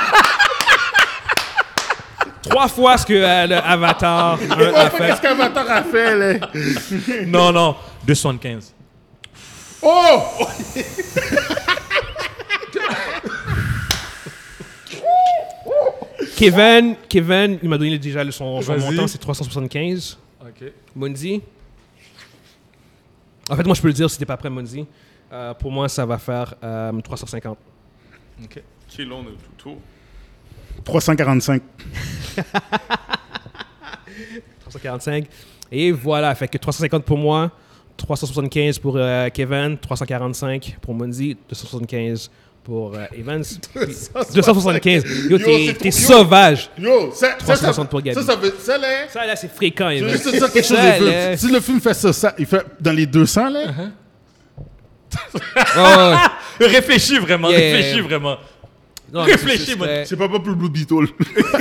Trois fois ce que euh, le Avatar un a Qu'est-ce fait. qu'Avatar a fait, là? Non, non. deux cent soixante-quinze. Oh! Kevin, Kevin, il m'a donné déjà le- son, son Vas-y. montant, c'est trois cent soixante-quinze. OK. Mundi. En fait, moi, je peux le dire si t'es pas prêt, Mundi. Euh, pour moi, ça va faire euh, trois cent cinquante. OK. Qui l'on de tout tour. trois cent quarante-cinq. trois cent quarante-cinq. Et voilà, fait que trois cent cinquante pour moi, trois cent soixante-quinze pour euh, Kevin, trois cent quarante-cinq pour Mundi, deux cent soixante-quinze pour euh, Evans. deux cent soixante-quinze. Yo, Yo, t'es c'est t'es trop- yo. sauvage. Yo, ça, ça, trois cent ça, soixante pour Gabi. ça, ça veut... Ça, là... Ça, là, c'est fréquent, Je Evans. veux juste te dire quelque chose, Ça, les là- films. Si le film fait ça, ça, il fait dans les deux cents, là... Oh, Réfléchis vraiment, Yeah. réfléchis vraiment. non, Réfléchis, c'est- moi. c'est- C'est pas pas pour le Blue Beetle.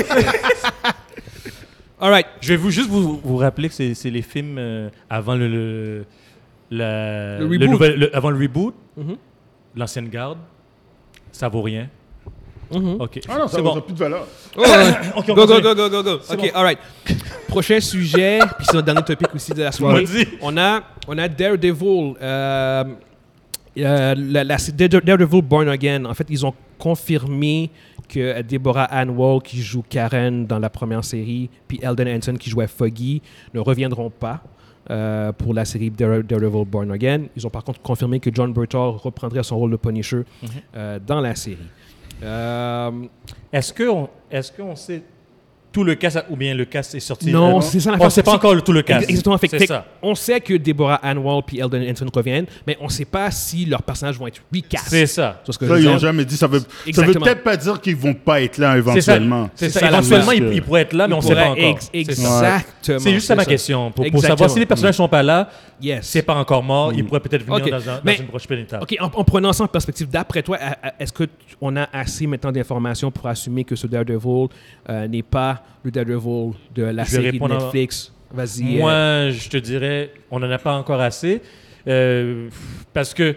All right. Je vais vous juste vous, vous rappeler que c'est c'est les films euh, avant le, le, la- Le reboot. nouvel- le- avant le reboot, Mhm. l'ancienne garde, ça vaut rien. Mhm. OK. Ah non, ça c'est n'a bon. plus de valeur. Oh, ouais. OK, on Go, go, continue. go, go, go, go. C'est OK, bon. all right. Prochain sujet, puis c'est notre dernier topic aussi de la soirée. Vas-y. On a, on a Daredevil. Euh, euh, la, la- c'est Dare- Daredevil Born Again. En fait, ils ont confirmé que Deborah Ann Wall, qui joue Karen dans la première série, puis Eldon Henson, qui jouait Foggy, ne reviendront pas euh, pour la série Dare- Daredevil Born Again. Ils ont par contre confirmé que John Bernthal reprendrait son rôle de Punisher euh, dans la série. Euh, Est-ce qu'on est qu'on sait tout le cast ou bien le cast est sorti? Non, euh, c'est ça la On ne sait face- pas encore le- tout le cast. Exactement. Fait, C'est fait- ça. On sait que Deborah Ann Wall et Eldon Henson reviennent, mais on ne sait pas si leurs personnages vont être recast. C'est ça. Tu vois ce que Ça, je ils veux n'ont dire? jamais dit. Ça veut, ça veut Exactement. peut-être pas dire qu'ils vont pas être là C'est ça. éventuellement. C'est C'est ça. ça, la Éventuellement, menace il, que- il pourrait être là, mais on ne sait Pourrait- pas encore. ex- C'est ça. Exactement. C'est juste ça ma ça. question. Pour, pour Exactement. savoir si les personnages ne sont pas là, Yes. c'est pas encore mort, ils pourraient peut-être venir Ok. dans, un- dans Mais- une prochaine étape. OK, en, en prenant ça en perspective, d'après toi, à- à- est-ce qu'on a assez maintenant d'informations pour assumer que ce Daredevil euh, n'est pas le Daredevil de la Je vais série de répondre à- Netflix? Vas-y. Moi, euh, je te dirais, on n'en a pas encore assez. Euh, parce que,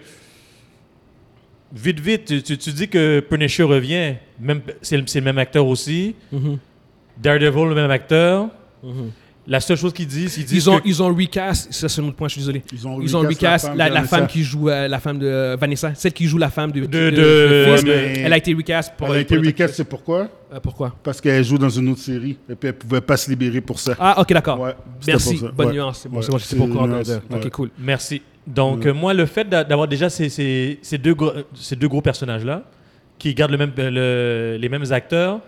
vite, vite, tu, tu- tu dis que Punisher revient. Même, c'est, le- c'est le même acteur aussi. mhm, Daredevil, le même acteur. mhm. La seule chose qu'ils disent, ils disent Ils ont, que- ils ont recast, ça c'est un autre point, je suis désolé. Ils ont Ils ont recast recast la la, femme la femme Vanessa. qui joue euh, la femme de euh, Vanessa, celle qui joue la femme de, De- de- de- de fils. ouais, mais- Elle a été recast pour Elle a été pour le- recast, c'est pourquoi? Euh, pourquoi? Parce qu'elle joue dans une autre série et puis elle pouvait pas se libérer pour ça. Ah, ok, d'accord. Ouais, c'était Merci, pour ça. bonne Ouais. nuance. C'est bon, Ouais, c'est bon, je sais c'est pas au courant de, une de- nuance, Ok, ouais. cool. Merci. Donc, Ouais. euh, moi, le fait d'a- d'avoir déjà ces, ces, ces deux, gros, ces deux gros personnages-là, qui gardent le même, le- les mêmes acteurs,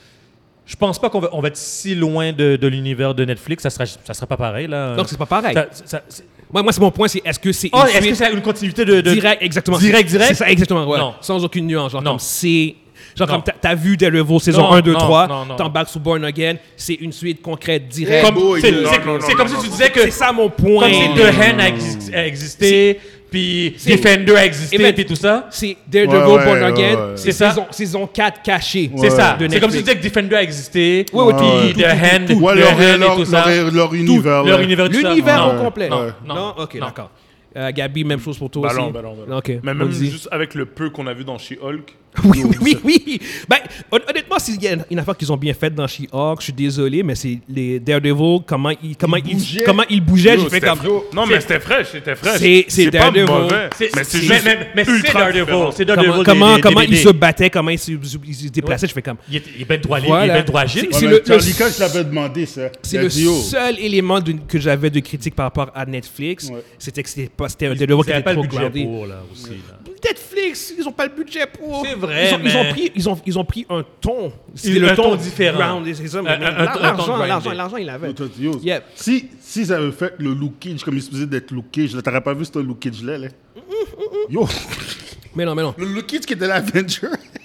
je pense pas qu'on va, on va être si loin de, de l'univers de Netflix. Ça sera, ça sera pas pareil, là. Donc, c'est pas pareil. Ça- ça- c'est- Moi, moi c'est mon point, c'est est-ce que c'est Oh, une est-ce que suite c'est une continuité de... de- direct, exactement. Direct, direct? C'est ça, exactement, ouais. Non. Sans aucune nuance. Genre, Non. comme c'est. Genre, Non. comme t'as- t'as vu Daredevil saison Non, un, deux, non, trois, non, non. t'embarques sur Born Again, c'est une suite concrète, directe. Comme- boy, c'est non, c'est- non, c'est non, comme non, si tu non. disais que... C'est ça mon point. Comme si The Hand a, exi- a existé, puis c'est- Defender a existé, Even- puis tout ça. C'est Daredevil Ouais, ouais, Born ouais, Again, ouais. c'est C'est ça. saison, saison quatre cachée. C'est ça. de C'est comme si Netflix. tu disais que Defender a existé, Ouais, ouais, puis tout, The Hand, Ouais, The leur, Hand et leur, tout ça. leur, leur Tout, univers. leur ouais. univers, tout ça. L'univers Non, au complet. Non, Non, non, ok, non. d'accord. Euh, Gabi, même chose pour toi Ballon, aussi. ballon, ballon. Ok. Mais même vas-y. juste avec le peu qu'on a vu dans She-Hulk, Oui, oui, oui, oui. Ben, hon- honnêtement, s'il y a une affaire qu'ils ont bien faite dans She-Hulk, je suis désolé, mais c'est les Daredevil, comment ils comment ils, bougeaient. comment ils bougeaient, Yo, j'ai fait c'était comme... fr- Non, mais c'était fraîche, c'était fraîche. C'est- c'est pas Daredevil. mauvais. C'est- Mais c'est mais- juste mais- mais c'est ultra Daredevil. différent. C'est Daredevil Comment, des- comment, des- comment des ils B D. se battaient, comment ils se, ils se déplaçaient, je fais comme... Il est, il est ben droit, Voilà. il est ben droit agile. C'est- Ouais, c'est mais le- Charlie le- Cox l'avait demandé, ça. C'est Il a le dit, oh. seul élément de- que j'avais de critique par rapport à Netflix. Ouais. C'était que c'était pas c'était un Daredevil qui Ils était pas le trop budget groundé. pour, là, aussi. Là. Netflix, ils ont pas le budget pour. C'est vrai, Ils ont, ils ont mais- pris, ils ont, ils ont pris un ton. C'était Ils- le un ton ton différent. groundé, c'est ça. mais Un- mais un- un ton L'argent, grindé. l'argent, l'argent, il avait. Yo, t'as dit, yo, Yep. Si, s'ils avaient fait le Luke Cage comme il se faisait d'être Luke Cage, là, t'aurais pas vu ce Luke Cage-là, là? Yo, Mais non, mais non. le Luke Cage qui était l'Avenger.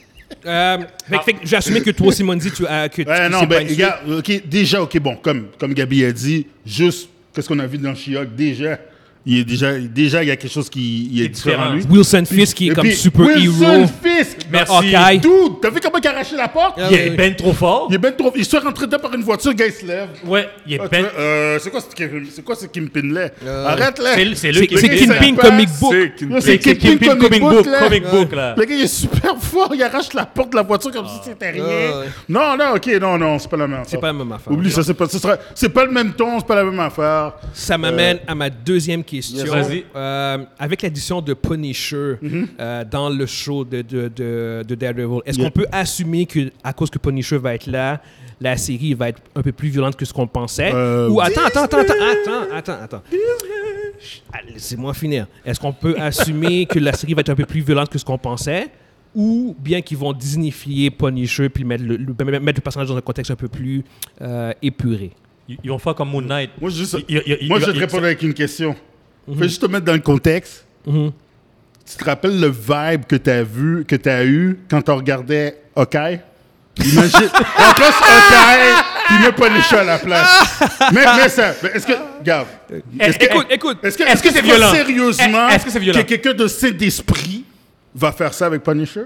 Euh, fait, fait que j'ai assumé que toi aussi, Monzi, tu as. Que, Ouais, que non, c'est ben, pas une regarde, ok, déjà, ok, bon, comme, comme Gabi a dit, juste, qu'est-ce qu'on a vu dans She-Hulk, déjà, il est déjà, déjà, il y a quelque chose qui il est C'est différent, différent. lui. Wilson Fisk qui est Et comme puis, super Wilson hero. Fisk, Merci. Hawkeye. dude, t'as vu comment il a arraché la porte? Ah, Il oui, est oui. ben trop fort. Il est ben trop, il se fait rentrer dedans par une voiture, le gars, il se lève. Ouais, il est Ah, tu ben. vois, euh, c'est quoi, ce Kim- c'est quoi ce Kimpin là? Euh, Arrête là! C'est c'est C'est lui qui c'est gars, Kingpin il Comic passe, Book. C'est Là, Kingpin. c'est C'est Kingpin Kingpin Comic Book, là. Comic Book, là. Le gars, il est super fort, il arrache la porte de la voiture comme si c'était rien. Ah, ouais. Non, non, ok, non, non, c'est pas la même affaire. C'est pas la même affaire. Oublie ça, c'est pas, ce sera- c'est pas le même ton, c'est pas la même affaire. Ça m'amène à ma deuxième question. Yes, vas-y. Euh, avec l'addition de Punisher euh, dans le show de, de, de, de Daredevil, est-ce Yeah. qu'on peut assumer que à cause que Punisher va être là, la série va être un peu plus violente que ce qu'on pensait? Euh, Ou attends, attends, attends, attends, attends, attends, attends. Allez, laissez-moi finir. Est-ce qu'on peut assumer que la série va être un peu plus violente que ce qu'on pensait? Ou bien qu'ils vont disnifier Punisher puis mettre le, le- mettre le personnage dans un contexte un peu plus euh, épuré? Ils ils vont faire comme Moon Knight. Moi, je, juste- Il- il- il- moi, il- je vais te il- répondre avec une question. Fais juste te mettre dans le contexte. Mhm. Tu te rappelles le vibe que tu as vu, que tu as eu quand tu regardais Hawkeye? Imagine, en place Hawkeye, puis mets Punisher à la place. mais, mais ça, mais est-ce que, regarde, est-ce que, Écoute, écoute. est-ce que, est-ce est-ce que que c'est tu crois violent? sérieusement Est-ce que c'est violent? que quelqu'un de saint d'esprit va faire ça avec Punisher?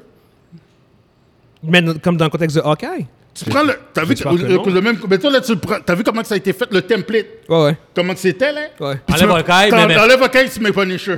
Mais comme dans le contexte de Hawkeye? Tu prends le, t'as vu, J'espère que- que le, non. le même, mais toi là, tu le prends, t'as vu comment que ça a été fait, le template, Ouais, ouais. comment que c'était là? ouais. Puis tu Enlève mets- Hawkeye, t'en- mais- mais- T'enlèves Hawkeye, tu mets Punisher.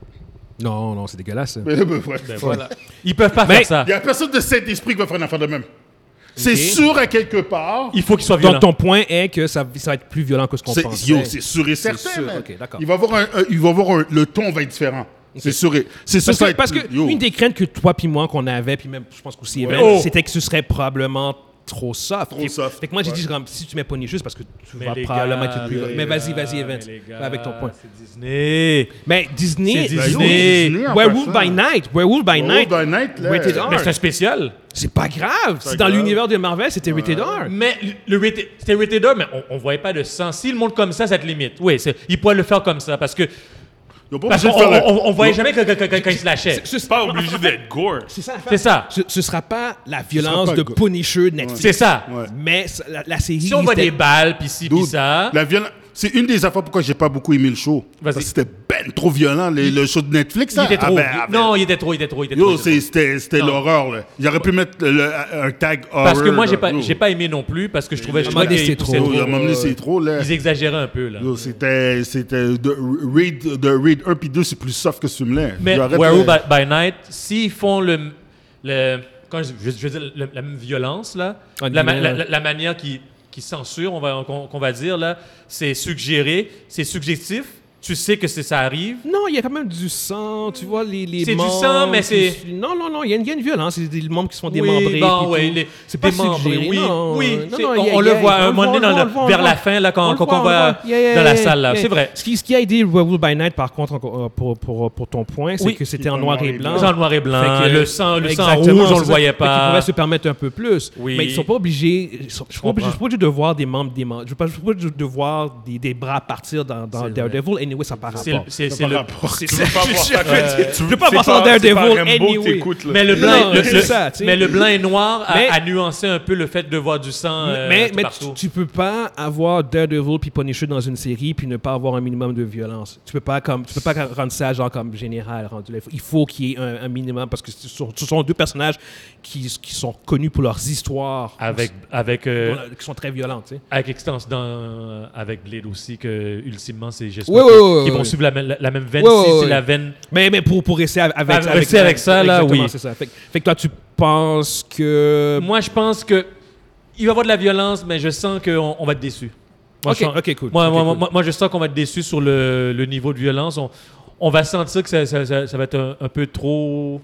Non, non, c'est dégueulasse. ça. Ben, ben, ouais. Ben voilà. Ils peuvent pas Mais- faire ça. Il y a personne de saint d'esprit qui va faire une affaire de même. C'est Ok. sûr à quelque part. Il faut qu'il soit violent. Donc, ton point est que ça, ça va être plus violent que ce qu'on C'est, pensait. yo, c'est sûr et certain. sûr, man. ok, d'accord. Il va avoir un, un- il va avoir un- le ton va être différent. C'est sûr. et- C'est sûr. Parce ça va que, être parce plus- que yo. une des craintes que toi puis moi qu'on avait, puis même je pense qu'aussi Evan, Oh! c'était que ce serait probablement trop soft. Trop Fait- soft, Fait que moi j'ai ouais. dit genre, si tu mets Punisher, c'est parce que tu Mais vas les probablement gars, être plus. les Mais vas-y, gars, vas-y, Evan. mais les gars, Va avec ton point. C'est Disney. Mais Disney, C'est Ben, yo, Disney. Disney, en Werewolf passant. by Night, Werewolf by Werewolf Night, by Night, là. Rated R. Mais c'est un spécial. c'est pas grave. C'est dans grave. l'univers de Marvel, c'était rated R. Mais le rated- c'était rated R, mais on, on voyait pas de sang. S'il le montre comme ça, ça te limite. Oui, c'est- il pourrait le faire comme ça parce que Ils ont pas parce obligé qu'on de faire on, le- on- on voyait Yo, jamais que- que- que- quand il se lâchait. Ce- ce- Pas obligé d'être gore. C'est ça. l'affaire. C'est ça. Ce, ce sera pas la violence pas de go- Punisher Netflix. C'est ça. Ouais. Mais ça- la, la série. Si on voit c'était- des balles, puis ci, puis Dude, ça. la viol- C'est une des affaires pourquoi j'ai pas beaucoup aimé le show. Vas-y. Parce que c'était ben trop violent, le, le show de Netflix. Il ça. était Ah trop. ben, ah ben. Non, il était trop, il était trop, il était Yo, trop. il était c'est- trop. c'était c'était Non. l'horreur, là. J'aurais pu mettre le- un tag horror. Parce que moi, j'ai là. pas, Yo. j'ai pas aimé non plus, parce que je trouvais, je À un trouvais moment donné, qu'ils c'était poussaient trop. Yo, à un moment donné, c'est trop, là. Ils exagéraient un peu, là. Yo, c'était, c'était de Raid, de Raid un puis deux, c'est plus soft que ce film-là. Mais Yo, arrête, Werewolf là. by, by Night, s'ils font le, le quand je, je, je veux dire le- la même violence là, Ah, la, ma- guillemets, la, la- la manière qui, qui censure, on va qu'on, qu'on va dire là, c'est suggéré, c'est subjectif. Tu sais que c'est, ça arrive. Non, il y a quand même du sang, tu vois, les, les C'est du membres sang, mais qui c'est- se- Non, non, non, il y, a une- il y a une violence, c'est des membres qui se font Oui, démembrer. bon, puis ouais, tout. les- c'est pas démembrés, suggéré, oui, non. oui, non, c'est- non, on- il y a- on il y le a- voit un on le moment donné voit, dans on la- le voit, on vers le la voit. fin, là, quand- On le quand voit, on on va le voit. Yeah, yeah, dans la yeah, salle, là. yeah. C'est vrai. Ce qui, ce qui a aidé Werewolf by Night, par contre, encore, euh, pour, pour, pour ton point, c'est Oui. que c'était en noir et blanc. C'est en noir et blanc, Fait que- le sang, le sang Exactement, rouge, on c'est le ça. voyait Fait qu'ils pas. pouvaient se permettre un peu plus. Oui. Mais ils sont pas obligés. Ils sont, je suis pas obligé, comprends. je suis pas obligé de voir des membres, des membres. Je suis pas je suis pas obligé de voir des, des bras partir dans, dans C'est Daredevil. Anyway, ça part C'est le, c'est, c'est le, C'est Tu veux pas voir ça? Je veux pas voir ça dans Daredevil. Anyway. mais le blanc, Non, le- c'est le- ça, tu sais. mais le blanc et noir a, Mais- a nuancé un peu le fait de voir du sang euh, mais tout mais partout. tu, tu peux pas avoir Daredevil puis Punisher dans une série puis ne pas avoir un minimum de violence. Tu peux pas comme tu peux pas rendre ça genre comme général rendu là. Il faut qu'il y ait un, un minimum parce que ce sont, ce sont deux personnages qui, qui sont connus pour leurs histoires Avec, avec, euh, qui sont très violentes. Tu sais. avec extension dans, avec Blade aussi, que ultimement, c'est j'espère Ouais, que- ouais, ouais, qu'ils ouais. vont suivre la, même- la, la même veine. Ouais, si ouais, c'est ouais. la veine. Mais mais pour pour rester avec avec, Ah, rester avec ça, là, exactement, oui. c'est ça. Fait, que- fait que toi tu penses que Moi, je pense que il va y avoir de la violence, mais je sens qu'on on va être déçu. Moi, Ok, je sens- ok, cool. Moi, Ok, moi, cool. moi, moi, je sens qu'on va être déçu sur le, le niveau de violence. On, on va sentir que ça, ça, ça, ça va être un, un peu trop.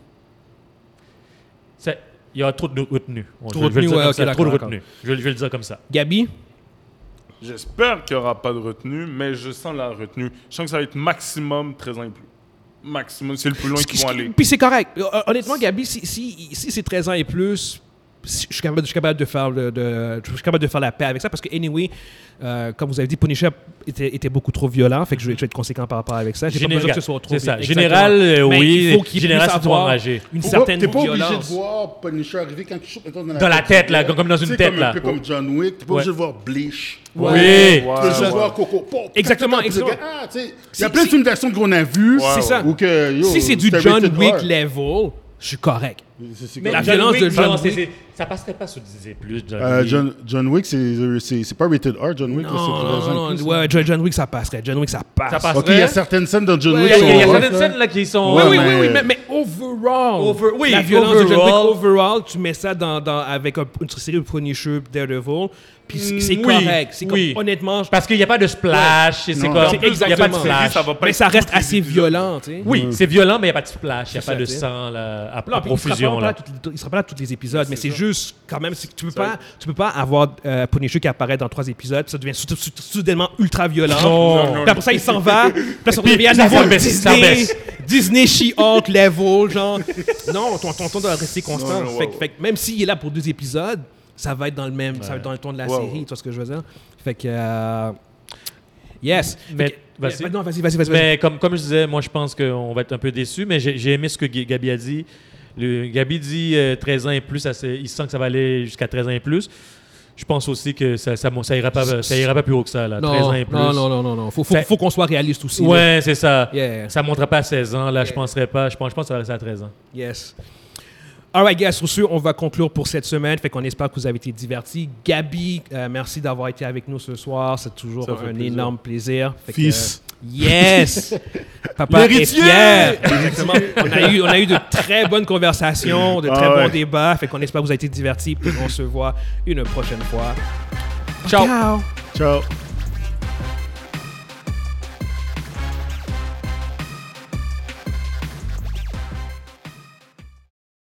Ça- il y aura trop de retenue. On- Trop je vais- je vais le retenue, dire ouais, comme ok, ça, trop de d'accord, retenue. Je, vais- je vais le dire comme ça. Gabi. J'espère qu'il n'y aura pas de retenue, mais je sens la retenue. Je sens que ça va être maximum treize ans et plus. Maximum, c'est le plus loin Ce qu'ils qui- vont ce qui- aller. Puis c'est correct. Euh, Honnêtement, Gabi, si, si, si c'est treize ans et plus, je suis capable, je suis capable de faire de, de- je suis capable de faire la paix avec ça parce que anyway, euh, comme vous avez dit, Punisher était, était beaucoup trop violent, fait que je vais, je vais être conséquent par rapport avec ça. J'ai pas Général- besoin que ce soit trop. C'est ça. exactement. Général, euh, Mais oui. il faut qu'il Général, puisse c'est trop avoir enragé. une Faut certaine pas- T'es pas obligé de violence. voir Punisher arriver quand tu mettons, Dans la tête, là, comme dans une Tu sais, tête, comme là. Un peu comme John Wick. T'es pas Ouais. obligé de voir Bleach. Oui. Tu peux Ouais, juste ouais. voir Coco. Pop, Exactement, tac, tac, tac, exactement. Ah, tu sais, il y Si- a plein de si- films d'action qu'on a vus. C'est ça. Ou que, yo, Si c'est du c'était John rated Wick R. level, je suis correct. C'est- c'est Mais comme- La John violence Wick, de John non, Wick. c'est- c'est- ça passerait pas sur Disney plus. John Euh, Wick. John, John Wick, c'est c'est- c'est pas rated R, John Wick. là, c'est Non, non, raison non, plus, ouais, John, John Wick, ça passerait. John Wick, ça passe. Ça passe. Ok, il y a certaines scènes dans John Ouais, Wick. Il y a, il y a sont certaines rough, scènes là qui sont. Oui, Ouais, oui, mais- oui, oui, mais, mais overall, Over- oui, la violence de John Wick, overall. overall, tu mets ça dans, dans, avec un- une série de Punisher, Daredevil, puis c'est c'est Mm, correct. oui, C'est comme, oui. honnêtement, je- Parce qu'il n'y a pas de splash. C'est Non. comme. C'est Il n'y a pas de exactement. flash. Ça va pas mais être ça reste toutes les assez épisodes. violent, tu sais. Oui, c'est violent, mais il n'y a pas de splash. Il n'y a C'est pas ça, de tu sais. sang là, à, Non, à puis il sera profusion. pas Là. là toutes- il sera pas là tous les épisodes, mais c'est juste quand même, c'est que tu peux pas, tu peux pas avoir euh, Punisher qui apparaît dans trois épisodes, puis ça devient sou- sou- soudainement ultra violent. Non. Puis après ça, il s'en va, puis là, ça Puis revient à ça nouveau baisse, ça Disney, baisse. Disney She-Hulk level, genre. Non, ton, ton ton doit rester constant. Non, non, ouais, fait, que- ouais. fait que même s'il est là pour deux épisodes, ça va être dans le même, ça va être dans le ton de la Ouais, série, ouais. tu vois ce que je veux dire? Fait que, euh, yes. Mais- Fait que- vas-y. euh, non, vas-y, vas-y, vas-y. vas-y. Mais comme, comme je disais, moi, je pense qu'on va être un peu déçus, mais j'ai j'ai aimé ce que G- Gabi a dit. Le, Gabi dit euh, treize ans et plus, ça, c'est- il sent que ça va aller jusqu'à treize ans et plus. Je pense aussi que ça, ça, ça, ira, pas, ça ira pas plus haut que ça, là, treize ans et plus. non, non, non, non, non. Faut, faut, Ça- faut qu'on soit réaliste aussi. là. Ouais, c'est ça. Yeah. Ça ne montera pas à seize ans, là, je Yeah. penserais pas. Je pense, je pense que ça va rester à treize ans. Yes. All right, guys, sur ce, on va conclure pour cette semaine. Fait qu'on espère que vous avez été divertis. Gabi, euh, merci d'avoir été avec nous ce soir. C'est toujours Ça fait un plaisir. énorme plaisir. Fait que, Fils. euh, yes! Papa est L'héritier! fier. Exactement. On a, eu, on a eu de très bonnes conversations, de très Ah ouais. bons débats. Fait qu'on espère que vous avez été divertis. Puis on se voit une prochaine fois. Ciao. Ciao. Ciao.